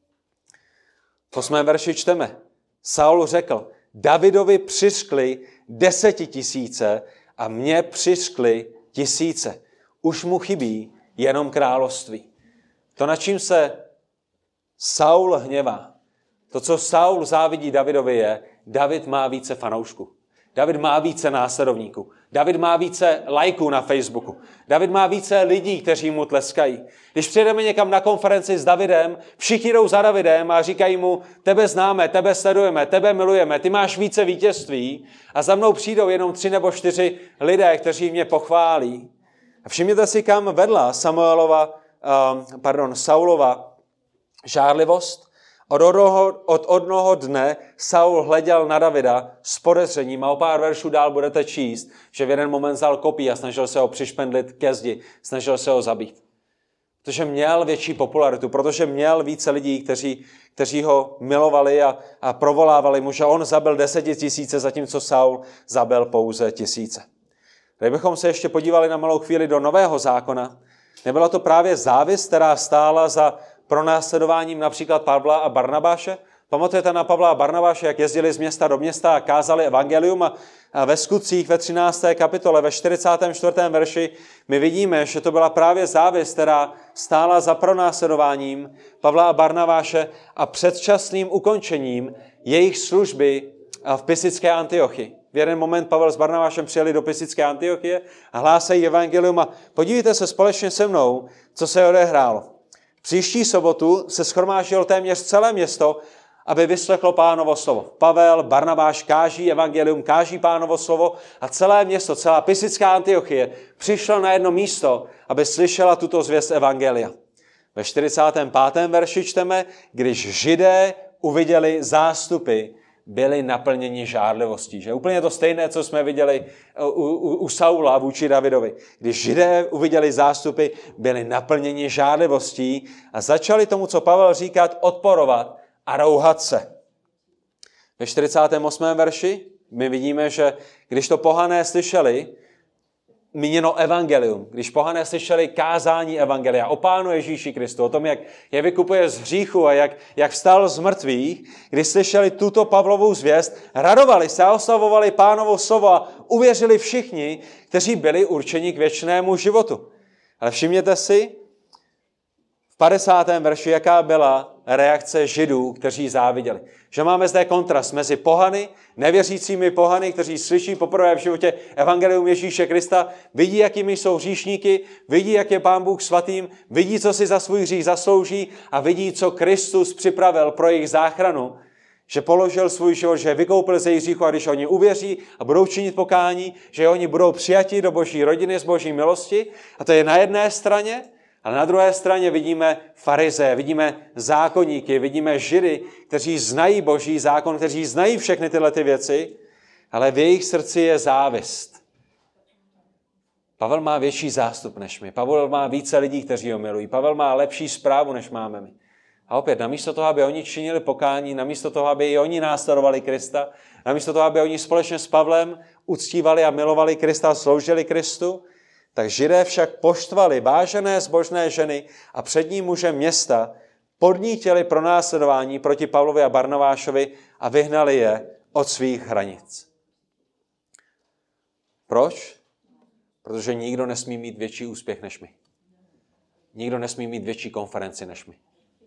V 8. verši čteme. Saul řekl, Davidovi přiškli 10 000 a mně přiškli 1000. Už mu chybí jenom království. To, nad čím se Saul hněvá, to, co Saul závidí Davidovi, je, David má více fanoušků. David má více následovníků. David má více lajků na Facebooku. David má více lidí, kteří mu tleskají. Když přijedeme někam na konferenci s Davidem, všichni jdou za Davidem a říkají mu, tebe známe, tebe sledujeme, tebe milujeme, ty máš více vítězství a za mnou přijdou jenom 3 nebo 4 lidé, kteří mě pochválí. A všimněte si, kam vedla Saulova žárlivost. Od jednoho dne Saul hleděl na Davida s podezřením a o pár veršů dál budete číst, že v jeden moment vzal kopí a snažil se ho přišpendlit ke zdi, snažil se ho zabít. Protože měl větší popularitu, protože měl více lidí, kteří ho milovali a provolávali mu, že on zabil 10 000, zatímco Saul zabil pouze 1000. Kdybychom se ještě podívali na malou chvíli do Nového zákona, nebyla to právě závist, která stála za pronásledováním například Pavla a Barnabáše? Pamatujete na Pavla a Barnabáše, jak jezdili z města do města a kázali evangelium a ve Skutcích ve 13. kapitole, ve 44. verši my vidíme, že to byla právě závist, která stála za pronásledováním Pavla a Barnabáše a předčasným ukončením jejich služby v Pisické Antiochii. V jeden moment Pavel s Barnabášem přijeli do Pisické Antiochie a hlásají evangelium a podívejte se společně se mnou, co se odehrálo. Příští sobotu se shromáždilo téměř celé město, aby vyslechlo Pánovo slovo. Pavel, Barnabáš káží evangelium, káží Pánovo slovo a celé město, celá Pisická Antiochie přišlo na jedno místo, aby slyšela tuto zvěst evangelia. Ve 45. verši čteme, když Židé uviděli zástupy, byli naplněni žárlivostí. Že úplně to stejné, co jsme viděli u Saula vůči Davidovi. Když Židé uviděli zástupy, byli naplněni žárlivostí a začali tomu, co Pavel říkat, odporovat a rouhat se. Ve 48. verši my vidíme, že když to pohané slyšeli, míněno evangelium, když pohané slyšeli kázání evangelia o Pánu Ježíši Kristu, o tom, jak je vykupuje z hříchu a jak vstal z mrtvých, když slyšeli tuto Pavlovu zvěst, radovali se a oslavovali Pánovo slovo a uvěřili všichni, kteří byli určeni k věčnému životu. Ale všimněte si, v 50. verši, jaká byla reakce Židů, kteří záviděli. Že máme zde kontrast mezi pohany, nevěřícími pohany, kteří slyší poprvé v životě evangelium Ježíše Krista, vidí, jakými jsou hříšníky, vidí, jak je Pán Bůh svatým, vidí, co si za svůj hřích zaslouží a vidí, co Kristus připravil pro jejich záchranu, že položil svůj život, že je vykoupil ze jejich hříchu a když oni uvěří a budou činit pokání, že oni budou přijati do Boží rodiny z Boží milosti. A to je na jedné straně. Ale na druhé straně vidíme farizeje, vidíme zákonníky, vidíme Židy, kteří znají Boží zákon, kteří znají všechny tyhle ty věci, ale v jejich srdci je závist. Pavel má větší zástup než my. Pavel má více lidí, kteří ho milují. Pavel má lepší správu, než máme my. A opět, namísto toho, aby oni činili pokání, namísto toho, aby i oni následovali Krista, namísto toho, aby oni společně s Pavlem uctívali a milovali Krista a sloužili Kristu, tak Židé však poštvali vážené zbožné ženy a přední muže města, podnítili pronásledování proti Pavlovi a Barnabášovi a vyhnali je od svých hranic. Proč? Protože nikdo nesmí mít větší úspěch než my. Nikdo nesmí mít větší konferenci než my.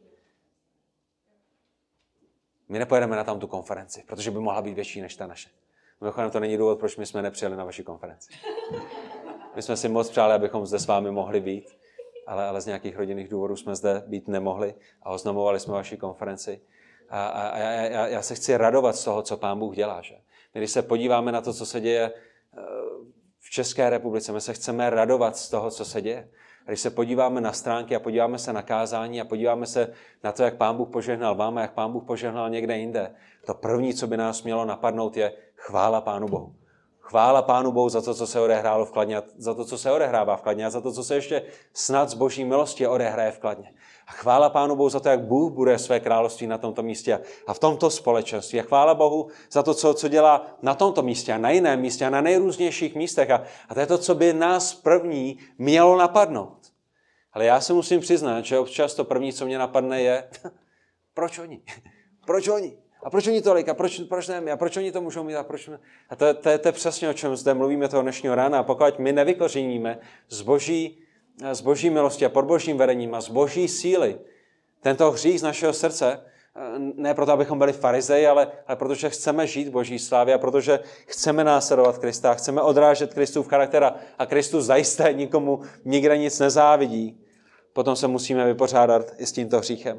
My nepojedeme na tam tu konferenci, protože by mohla být větší než ta naše. Mimochodem, to není důvod, proč my jsme nepřijeli na vaši konferenci. My jsme si moc přáli, abychom zde s vámi mohli být, ale z nějakých rodinných důvodů jsme zde být nemohli a oznamovali jsme vaši konferenci. A já se chci radovat z toho, co Pán Bůh dělá. Že? Když se podíváme na to, co se děje v České republice, my se chceme radovat z toho, co se děje. A když se podíváme na stránky a podíváme se na kázání a podíváme se na to, jak Pán Bůh požehnal vám a jak Pán Bůh požehnal někde jinde, to první, co by nás mělo napadnout, je chvála Pánu Bohu. Chvála Pánu Bohu za to, co se odehrálo v Kladně, za to, co se odehrává v Kladně a za to, co se ještě snad z Boží milosti odehraje v Kladně. A chvála Pánu Bohu za to, jak Bůh bude své království na tomto místě a v tomto společenství. A chvála Bohu za to, co dělá na tomto místě a na jiném místě a na nejrůznějších místech. A to je to, co by nás první mělo napadnout. Ale já se musím přiznat, že občas to první, co mě napadne, je proč oni? Proč oni? A proč oni tolik? A proč ne my? A proč oni to můžou mít? A proč ne? A to je přesně, o čem zde mluvíme toho dnešního rána. A pokud my nevykořeníme z boží milosti a pod božím vedením a z boží síly tento hřích z našeho srdce, ne proto, abychom byli farizeji, ale protože chceme žít boží slávě a protože chceme následovat Krista, chceme odrážet Kristův charakter a Kristus zajisté nikomu nikde nic nezávidí, potom se musíme vypořádat i s tímto hříchem.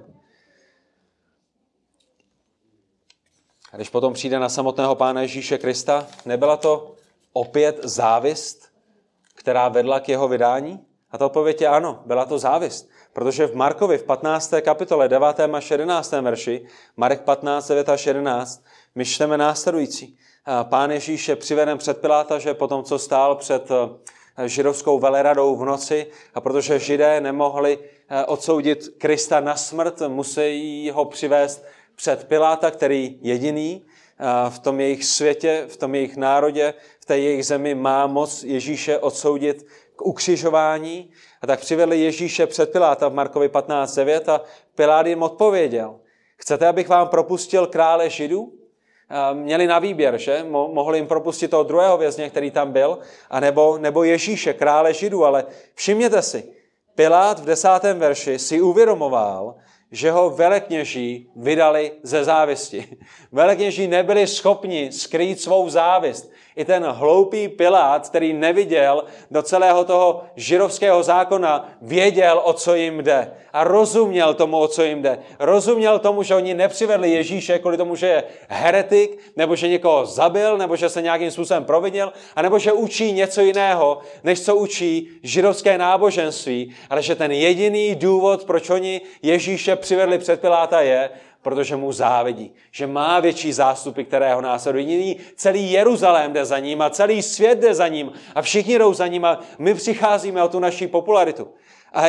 A když potom přijde na samotného Pána Ježíše Krista, nebyla to opět závist, která vedla k jeho vydání? A ta odpověď je ano, byla to závist. Protože v Markovi v 15. kapitole 9. až 11. verši, Marek 15, 9 až 11, my čteme následující. Pán Ježíš je přiveden před Piláta, že potom, co stál před židovskou veleradou v noci, a protože Židé nemohli odsoudit Krista na smrt, musí ho přivést před Piláta, který jediný v tom jejich světě, v tom jejich národě, v té jejich zemi má moc Ježíše odsoudit k ukřižování. A tak přivedli Ježíše před Piláta v Markovi 15.9 a Pilát jim odpověděl: chcete, abych vám propustil krále Židů? Měli na výběr, že? Mohli jim propustit toho druhého vězně, který tam byl, nebo Ježíše, krále Židů. Ale všimněte si, Pilát v 10. verši si uvědomoval, že ho velekněží vydali ze závisti. Velekněží nebyli schopni skrýt svou závist. I ten hloupý Pilát, který neviděl do celého toho židovského zákona, věděl, o co jim jde. A rozuměl tomu, o co jim jde. Rozuměl tomu, že oni nepřivedli Ježíše kvůli tomu, že je heretik, nebo že někoho zabil, nebo že se nějakým způsobem provinil, anebo že učí něco jiného, než co učí židovské náboženství. Ale že ten jediný důvod, proč oni Ježíše přivedli před Piláta, je, protože mu závidí, že má větší zástupy, které ho následují. Celý Jeruzalém jde za ním a celý svět jde za ním a všichni jdou za ním a my přicházíme o tu naši popularitu. A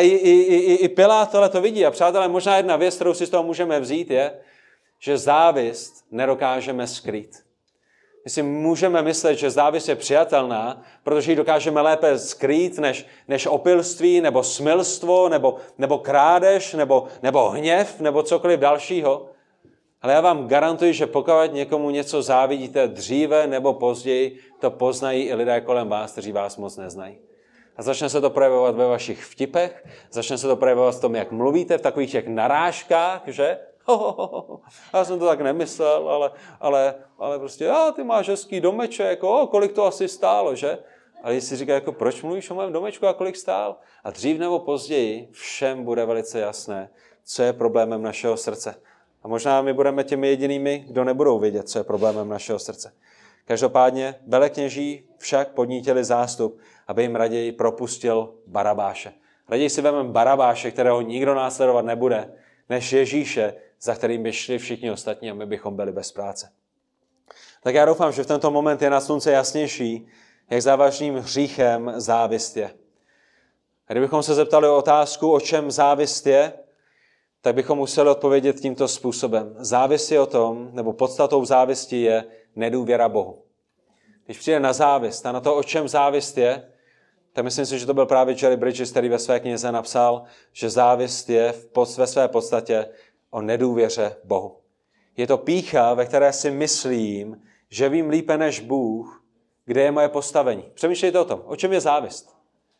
i Pilát tohle to vidí. A přátelé, možná jedna věc, kterou si z toho můžeme vzít, je, že závist nedokážeme skrýt. My si můžeme myslet, že závist je přijatelná, protože ji dokážeme lépe skrýt než opilství, nebo smilstvo, nebo krádež, nebo hněv, nebo cokoliv dalšího. Ale já vám garantuji, že pokud někomu něco závidíte, dříve nebo později to poznají i lidé kolem vás, kteří vás moc neznají. A začne se to projevovat ve vašich vtipech, začne se to projevovat v tom, jak mluvíte, v takových těch narážkách, že? Já jsem to tak nemyslel, ale prostě, ty máš hezký domeček, kolik to asi stálo, že? Ale když si říká, jako, proč mluvíš o mém domečku a kolik stál? A dřív nebo později všem bude velice jasné, co je problémem našeho srdce. A možná my budeme těmi jedinými, kdo nebudou vědět, co je problémem našeho srdce. Každopádně velekněží však podnítili zástup, aby jim raději propustil Barabáše. Raději si vezmeme Barabáše, kterého nikdo následovat nebude, než Ježíše, za kterým by šli všichni ostatní a my bychom byli bez práce. Tak já doufám, že v tento moment je na slunce jasnější, jak závažným hříchem závist je. A kdybychom se zeptali o otázku, o čem závist je, tak bychom museli odpovědět tímto způsobem. Závist je o tom, nebo podstatou závisti je nedůvěra Bohu. Když přijde na závist a na to, o čem závist je, tak myslím si, že to byl právě Jerry Bridges, který ve své knize napsal, že závist je ve své podstatě o nedůvěře Bohu. Je to pýcha, ve které si myslím, že vím lépe než Bůh, kde je moje postavení. Přemýšlejte o tom, o čem je závist.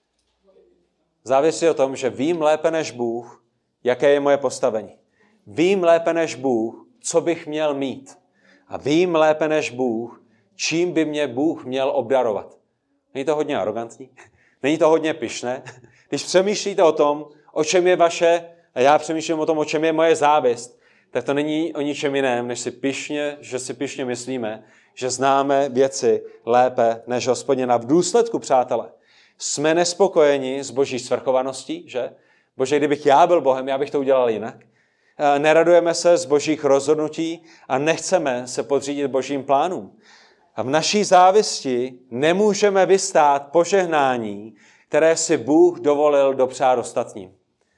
Závist je o tom, že vím lépe než Bůh, jaké je moje postavení. Vím lépe než Bůh, co bych měl mít. A vím lépe než Bůh, čím by mě Bůh měl obdarovat. Není to hodně arrogantní? Není to hodně pyšné? Když přemýšlíte o tom, o čem je vaše, a já přemýšlím o tom, o čem je moje závist, tak to není o ničem jiném, než že si pyšně myslíme, že známe věci lépe než Hospodin. A v důsledku, přátelé, jsme nespokojeni s Boží svrchovaností, že? Bože, kdybych já byl Bohem, já bych to udělal jinak. Neradujeme se z Božích rozhodnutí a nechceme se podřídit Božím plánům. A v naší závisti nemůžeme vystát požehnání, které si Bůh dovolil dopřát ostatním.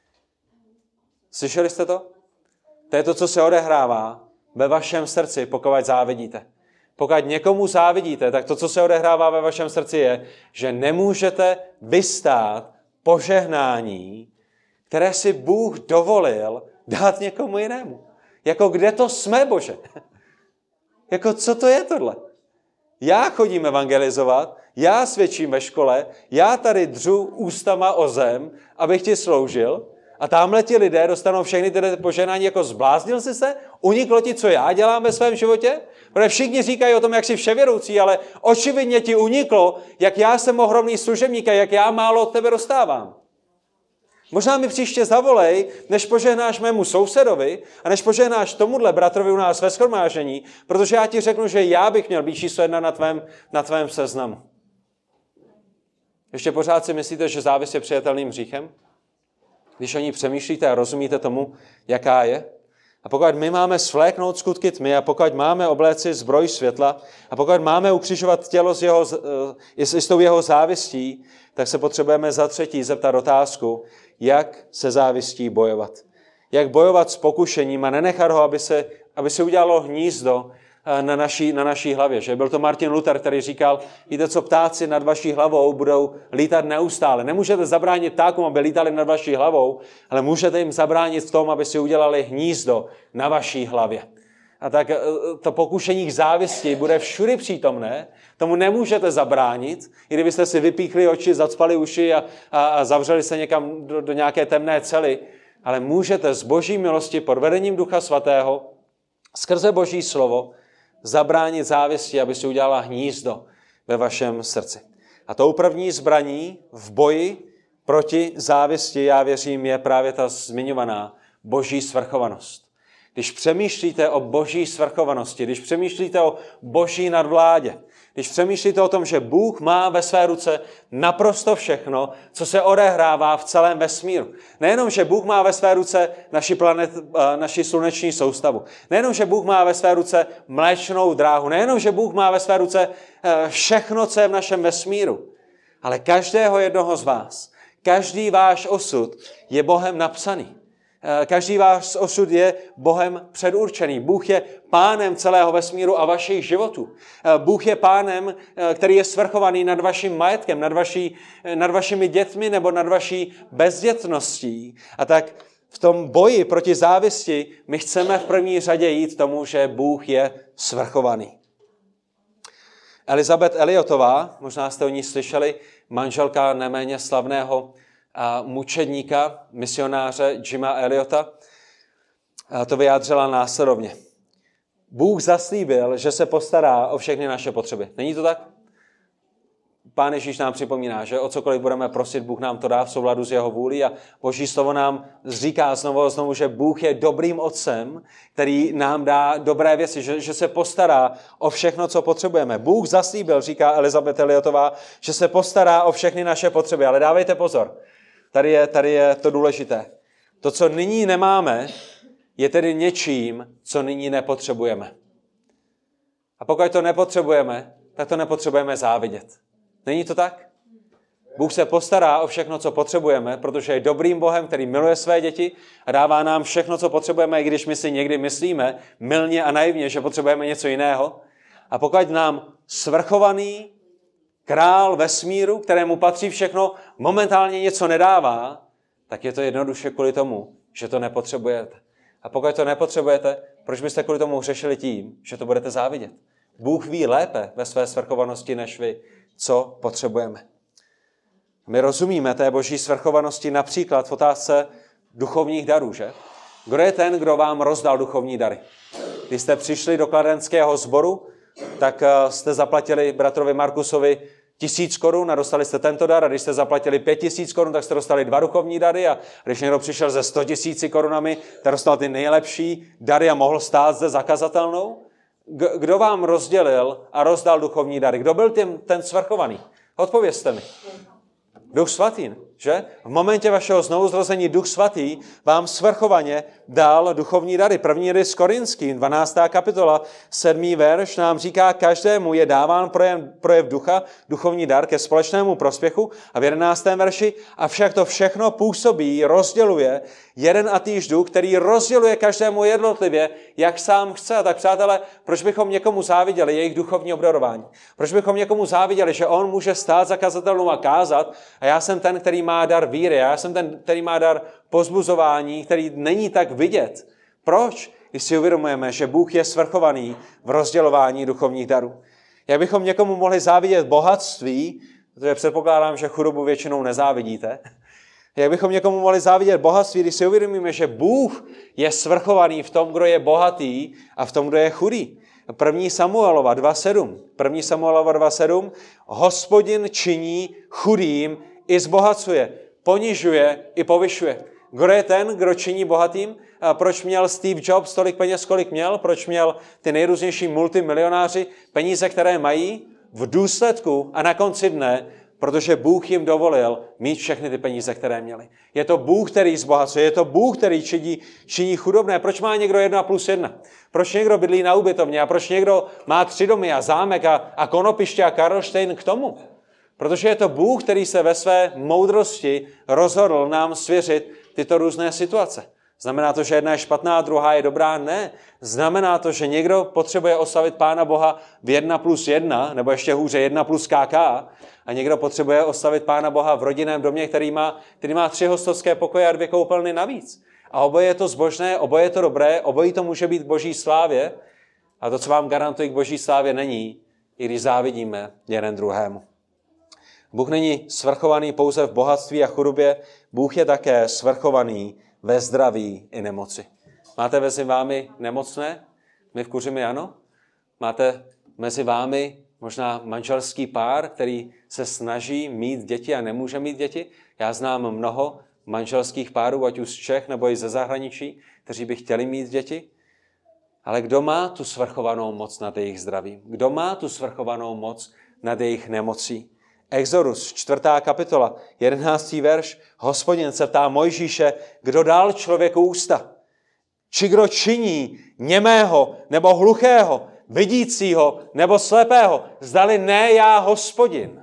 Slyšeli jste to? To je to, co se odehrává ve vašem srdci, pokud závidíte. Pokud někomu závidíte, tak to, co se odehrává ve vašem srdci, je, že nemůžete vystát požehnání, které si Bůh dovolil dát někomu jinému. Jako kde to jsme, Bože? Jako co to je tohle? Já chodím evangelizovat, já svědčím ve škole, já tady dřu ústama o zem, abych ti sloužil, a tamhle ti lidé dostanou všechny tyhle požehnání, jako zbláznil jsi se? Uniklo ti, co já dělám ve svém životě? Protože všichni říkají o tom, jak jsi vševědoucí, ale očividně ti uniklo, jak já jsem ohromný služebník a jak já málo od tebe dostávám. Možná mi příště zavolej, než požehnáš mému sousedovi a než požehnáš tomuhle bratrovi u nás ve shromáždění, protože já ti řeknu, že já bych měl být číslo 1 na tvém seznamu. Ještě pořád si myslíte, že závist je přijatelným hříchem? Když o ní přemýšlíte a rozumíte tomu, jaká je? A pokud my máme svléknout skutky tmy a pokud máme obléci zbroj světla a pokud máme ukřižovat tělo s tou jeho závistí, tak se potřebujeme za třetí zeptat otázku, jak se závistí bojovat. Jak bojovat s pokušením a nenechat ho, aby se udělalo hnízdo na naší hlavě. Že? Byl to Martin Luther, který říkal, víte co, ptáci nad vaší hlavou budou lítat neustále. Nemůžete zabránit ptákům, aby lítali nad vaší hlavou, ale můžete jim zabránit v tom, aby si udělali hnízdo na vaší hlavě. A tak to pokušení k závisti bude všudy přítomné, tomu nemůžete zabránit, i kdybyste si vypíchli oči, zacpali uši a zavřeli se někam do nějaké temné cely, ale můžete z Boží milosti pod vedením Ducha Svatého skrze Boží slovo zabránit závisti, aby si udělala hnízdo ve vašem srdci. A tou první zbraní v boji proti závisti, já věřím, je právě ta zmiňovaná Boží svrchovanost. Když přemýšlíte o Boží svrchovanosti, když přemýšlíte o Boží nadvládě, když přemýšlíte o tom, že Bůh má ve své ruce naprosto všechno, co se odehrává v celém vesmíru. Nejenom, že Bůh má ve své ruce naši sluneční soustavu. Nejenom, že Bůh má ve své ruce mléčnou dráhu. Nejenom, že Bůh má ve své ruce všechno, co je v našem vesmíru. Ale každého jednoho z vás, každý váš osud je Bohem napsaný. Každý váš osud je Bohem předurčený. Bůh je pánem celého vesmíru a vašich životů. Bůh je pánem, který je svrchovaný nad vaším majetkem, nad vašimi dětmi nebo nad vaší bezdětností. A tak v tom boji proti závisti my chceme v první řadě jít tomu, že Bůh je svrchovaný. Elizabeth Elliotová, možná jste o ní slyšeli, manželka neméně slavného mučedníka, misionáře Jima Elliota, to vyjádřila následovně. Bůh zaslíbil, že se postará o všechny naše potřeby. Není to tak? Pán Ježíš nám připomíná, že o cokoliv budeme prosit, Bůh nám to dá v souladu s jeho vůlí a Boží slovo nám říká znovu a znovu, že Bůh je dobrým otcem, který nám dá dobré věci, že se postará o všechno, co potřebujeme. Bůh zaslíbil, říká Elizabeth Elliotová, že se postará o všechny naše potřeby. Ale dávejte pozor, tady je to důležité. To, co nyní nemáme, je tedy něčím, co nyní nepotřebujeme. A pokud to nepotřebujeme, tak to nepotřebujeme závidět. Není to tak? Bůh se postará o všechno, co potřebujeme, protože je dobrým Bohem, který miluje své děti a dává nám všechno, co potřebujeme, i když my si někdy myslíme mylně a naivně, že potřebujeme něco jiného. A pokud nám svrchovaný král vesmíru, kterému patří všechno, momentálně něco nedává, tak je to jednoduše kvůli tomu, že to nepotřebujete. A pokud to nepotřebujete, proč byste kvůli tomu hřešili tím, že to budete závidět? Bůh ví lépe ve své svrchovanosti než vy, co potřebujeme. My rozumíme té boží svrchovanosti například v otázce duchovních darů, že? Kdo je ten, kdo vám rozdal duchovní dary? Když jste přišli do kladenského sboru, tak jste zaplatili bratrovi Markusovi 1000 korun a dostali jste tento dar, a když jste zaplatili 5000 korun, tak jste dostali 2 duchovní dary, a když někdo přišel ze 100 000 korunami, tak dostal ty nejlepší dary a mohl stát zde zakazatelnou. Kdo vám rozdělil a rozdal duchovní dary? Kdo byl ten svrchovaný? Odpovězte mi. Duch svatý, že? V momentě vašeho znovuzrození Duch svatý vám svrchovaně dal duchovní dary. První list Korinským, 12. kapitola, 7. verš nám říká, každému je dáván projev ducha, duchovní dar ke společnému prospěchu. A v 11. verši, avšak to všechno působí, rozděluje jeden a týž duch, který rozděluje každému jednotlivě, jak sám chce. A tak, přátelé, proč bychom někomu záviděli jejich duchovní obdarování? Proč bychom někomu záviděli, že on může stát za kazatelnou a kázat, a já jsem ten, který má dar víry, já jsem ten, který má dar pozbuzování, který není tak vidět. Proč? Když si uvědomujeme, že Bůh je svrchovaný v rozdělování duchovních darů. Jak bychom někomu mohli závidět bohatství, protože předpokládám, že chudobu většinou nezávidíte, jak bychom někomu mohli závidět bohatství, když si uvědomíme, že Bůh je svrchovaný v tom, kdo je bohatý a v tom, kdo je chudý. 1. Samuelova 2.7. Hospodin činí chudým i zbohacuje, ponižuje i povyšuje. Kdo je ten, kdo činí bohatým? A proč měl Steve Jobs tolik peněz, kolik měl? Proč měl ty nejrůznější multimilionáři peníze, které mají? V důsledku a na konci dne, protože Bůh jim dovolil mít všechny ty peníze, které měli. Je to Bůh, který zbohacuje, je to Bůh, který činí chudobné. Proč má někdo 1+1? Proč někdo bydlí na ubytovně a proč někdo má 3 domy a zámek a konopiště a Karlštejn k tomu? Protože je to Bůh, který se ve své moudrosti rozhodl nám svěřit tyto různé situace. Znamená to, že jedna je špatná a druhá je dobrá? Ne. Znamená to, že někdo potřebuje oslavit Pána Boha v 1+1, nebo ještě hůře 1+KK, a někdo potřebuje oslavit Pána Boha v rodinném domě, který má 3 hostovské pokoje a 2 koupelny navíc. A oboje je to zbožné, oboje je to dobré, obojí to může být k boží slávě, a to, co vám garantuji, k boží slávě není, i když závidíme jeden druhému. Bůh není svrchovaný pouze v bohatství a chudobě, Bůh je také svrchovaný ve zdraví i nemoci. Máte mezi vámi nemocné? My v Kuřimi ano. Máte mezi vámi možná manželský pár, který se snaží mít děti a nemůže mít děti? Já znám mnoho manželských párů, ať už z Čech nebo i ze zahraničí, kteří by chtěli mít děti. Ale kdo má tu svrchovanou moc nad jejich zdravím? Kdo má tu svrchovanou moc nad jejich nemocí? Exodus, 4. kapitola, 11. verš. Hospodin se ptá Mojžíše, kdo dal člověku ústa? Či kdo činí němého nebo hluchého, vidícího nebo slepého? Zdali ne já, Hospodin.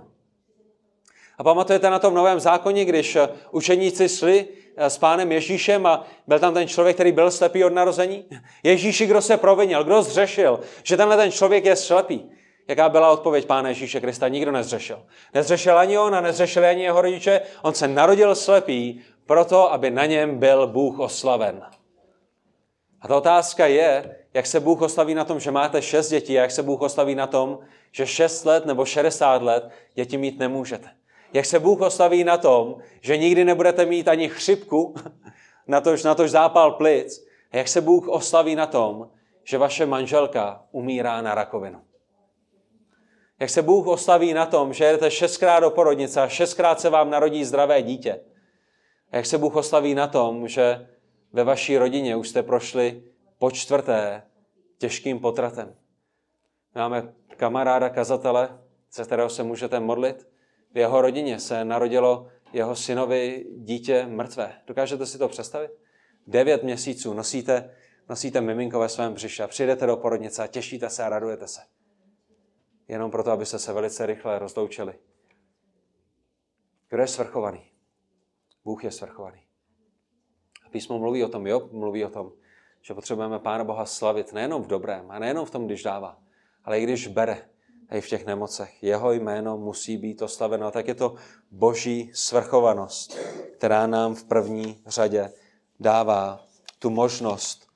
A pamatujete na tom Novém zákoně, když učeníci šli s Pánem Ježíšem a byl tam ten člověk, který byl slepý od narození? Ježíši, kdo se provinil, kdo zřešil, že tenhle ten člověk je slepý? Jaká byla odpověď Pána Ježíše Krista? Nikdo nezřešil. Nezřešil ani on a nezřešili ani jeho rodiče. On se narodil slepý proto, aby na něm byl Bůh oslaven. A ta otázka je, jak se Bůh oslaví na tom, že máte 6 dětí a jak se Bůh oslaví na tom, že 6 let nebo 60 let děti mít nemůžete. Jak se Bůh oslaví na tom, že nikdy nebudete mít ani chřipku, natož zápal plic. A jak se Bůh oslaví na tom, že vaše manželka umírá na rakovinu. Jak se Bůh oslaví na tom, že jdete 6krát do porodnice a 6krát se vám narodí zdravé dítě. A jak se Bůh oslaví na tom, že ve vaší rodině už jste prošli po 4. těžkým potratem. Máme kamaráda kazatele, se kterého se můžete modlit. V jeho rodině se narodilo jeho synovi dítě mrtvé. Dokážete si to představit? 9 měsíců nosíte miminko ve svém břiše a přijdete do porodnice a těšíte se a radujete se. Jenom proto, abyste se velice rychle rozloučili. Kdo je svrchovaný? Bůh je svrchovaný. Písmo mluví o tom, Job mluví o tom, že potřebujeme Pána Boha slavit nejenom v dobrém a nejenom v tom, když dává, ale i když bere, a i v těch nemocech. Jeho jméno musí být oslaveno. A tak je to boží svrchovanost, která nám v první řadě dává tu možnost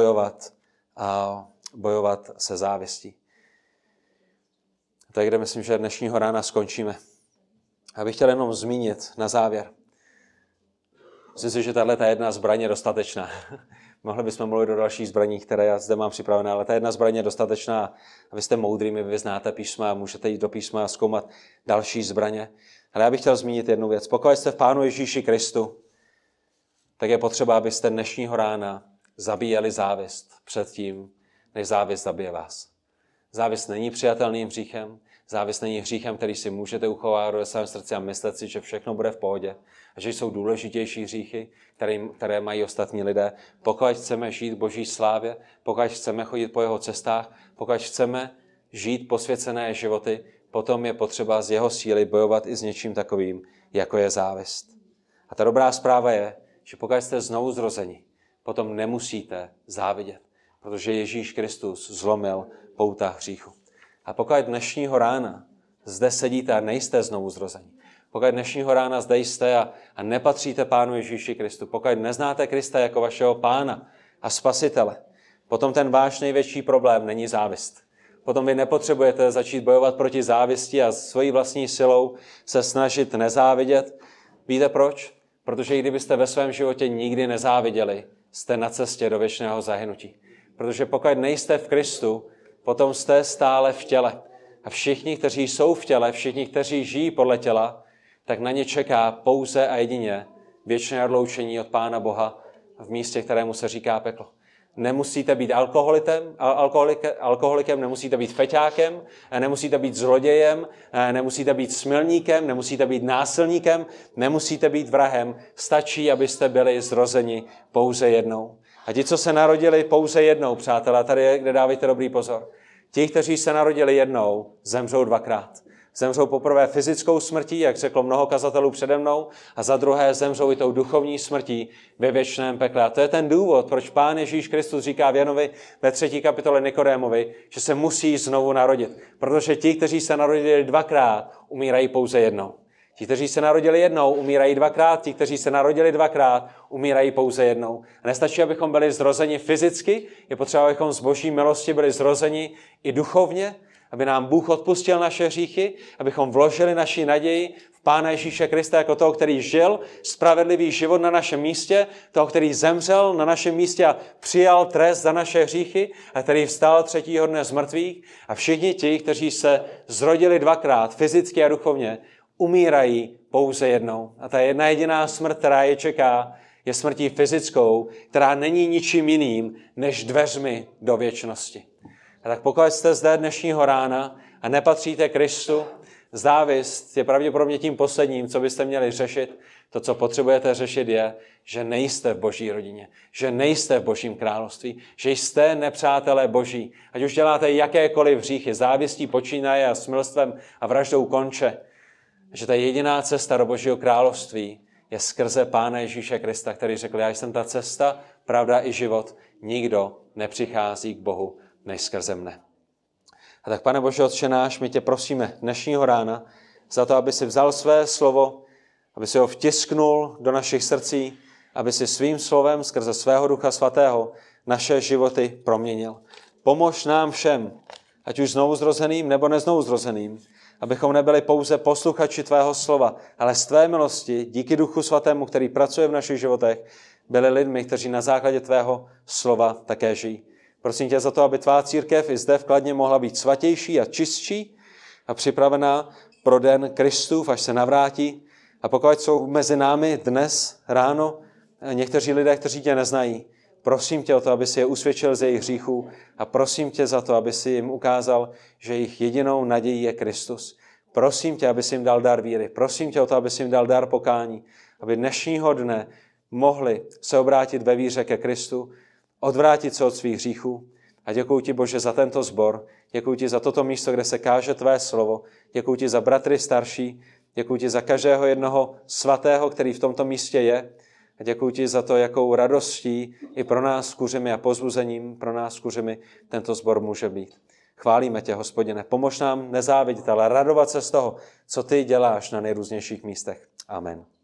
bojovat se závistí. Tak kde myslím, že dnešního rána skončíme. Já bych chtěl jenom zmínit na závěr. Myslím si, že tahle jedna zbraň je dostatečná. Mohli bychom mluvit o dalších zbraních, které já zde mám připravené, ale ta jedna zbraň je dostatečná. A vy jste moudrými, vy znáte písma a můžete jít do písma a zkoumat další zbraně. Ale já bych chtěl zmínit jednu věc. Pokud jste v Pánu Ježíši Kristu, tak je potřeba, abyste dnešního rána zabíjeli závist před tím, než závist zabije vás. Závist není přijatelným hříchem, závist není hříchem, který si můžete uchovávat ve svém srdci a myslet si, že všechno bude v pohodě a že jsou důležitější hříchy, které mají ostatní lidé. Pokud chceme žít v Boží slávě, pokud chceme chodit po jeho cestách, pokud chceme žít posvěcené životy, potom je potřeba z jeho síly bojovat i s něčím takovým, jako je závist. A ta dobrá zpráva je, že pokud jste znovu zrozeni, potom nemusíte závidět, protože Ježíš Kristus zlomil pouta hříchu. A pokud dnešního rána zde sedíte a nejste znovu zrozeni, pokud dnešního rána zde jste a nepatříte Pánu Ježíši Kristu, pokud neznáte Krista jako vašeho Pána a Spasitele, potom ten váš největší problém není závist. Potom vy nepotřebujete začít bojovat proti závisti a svojí vlastní silou se snažit nezávidět. Víte proč? Protože i kdybyste ve svém životě nikdy nezáviděli, jste na cestě do věčného zahynutí. Protože pokud nejste v Kristu, potom jste stále v těle. A všichni, kteří jsou v těle, všichni, kteří žijí podle těla, tak na ně čeká pouze a jedině věčné odloučení od Pána Boha v místě, kterému se říká peklo. Nemusíte být alkoholikem, nemusíte být feťákem, nemusíte být zlodějem, nemusíte být smilníkem, nemusíte být násilníkem, nemusíte být vrahem. Stačí, abyste byli zrozeni pouze jednou. A ti, co se narodili pouze jednou, přátelé, tady je, kde dávajte dobrý pozor. Ti, kteří se narodili jednou, zemřou 2krát. Zemřou poprvé fyzickou smrtí, jak řeklo mnoho kazatelů přede mnou, a za druhé zemřou i tou duchovní smrtí ve věčném pekle. A to je ten důvod, proč Pán Ježíš Kristus říká v Janovi ve 3. kapitole Nikodémovi, že se musí znovu narodit. Protože ti, kteří se narodili 2krát, umírají pouze jednou. Ti, kteří se narodili jednou, umírají 2krát, ti, kteří se narodili 2krát, umírají pouze jednou. A nestačí, abychom byli zrozeni fyzicky, je potřeba, abychom z Boží milosti byli zrozeni i duchovně, aby nám Bůh odpustil naše hříchy, abychom vložili naši naději v Pána Ježíše Krista jako toho, který žil spravedlivý život na našem místě, toho, který zemřel na našem místě a přijal trest za naše hříchy a který vstal 3. dne z mrtvých. A všichni ti, kteří se zrodili 2krát, fyzicky a duchovně, umírají pouze jednou. A ta jedna jediná smrt, která je čeká, je smrtí fyzickou, která není ničím jiným než dveřmi do věčnosti. A tak pokud jste zde dnešního rána a nepatříte Kristu, závist je pravděpodobně tím posledním, co byste měli řešit. To, co potřebujete řešit, je, že nejste v Boží rodině, že nejste v Božím království, že jste nepřátelé Boží. Ať už děláte jakékoliv hříchy, závistí počínaje a smilstvem a vraždou konče. Že ta jediná cesta do Božího království je skrze Pána Ježíše Krista, který řekl, já jsem ta cesta, pravda i život. Nikdo nepřichází k Bohu než skrze mne. A tak, Pane Bože, Otče náš, my tě prosíme dnešního rána za to, aby si vzal své slovo, aby si ho vtisknul do našich srdcí, aby si svým slovem skrze svého Ducha Svatého naše životy proměnil. Pomož nám všem, ať už znovuzrozeným nebo neznovuzrozeným, abychom nebyli pouze posluchači tvého slova, ale z tvé milosti, díky Duchu Svatému, který pracuje v našich životech, byli lidmi, kteří na základě tvého slova také žijí. Prosím tě za to, aby tvá církev i zde v Kladně mohla být svatější a čistší a připravená pro den Kristův, až se navrátí. A pokud jsou mezi námi dnes ráno někteří lidé, kteří tě neznají, prosím tě o to, aby si je usvědčil z jejich hříchů a prosím tě za to, aby si jim ukázal, že jejich jedinou nadějí je Kristus. Prosím tě, aby si jim dal dar víry. Prosím tě o to, aby si jim dal dar pokání, aby dnešního dne mohli se obrátit ve víře ke Kristu, odvrátit se od svých hříchů. A děkuji ti, Bože, za tento sbor. Děkuji ti za toto místo, kde se káže tvé slovo. Děkuji ti za bratry starší. Děkuji ti za každého jednoho svatého, který v tomto místě je. A děkuji ti za to, jakou radostí i pro nás kuřimi a pozbuzením pro nás kuřimi tento sbor může být. Chválíme tě, Hospodine. Pomož nám nezávidět, ale radovat se z toho, co ty děláš na nejrůznějších místech. Amen.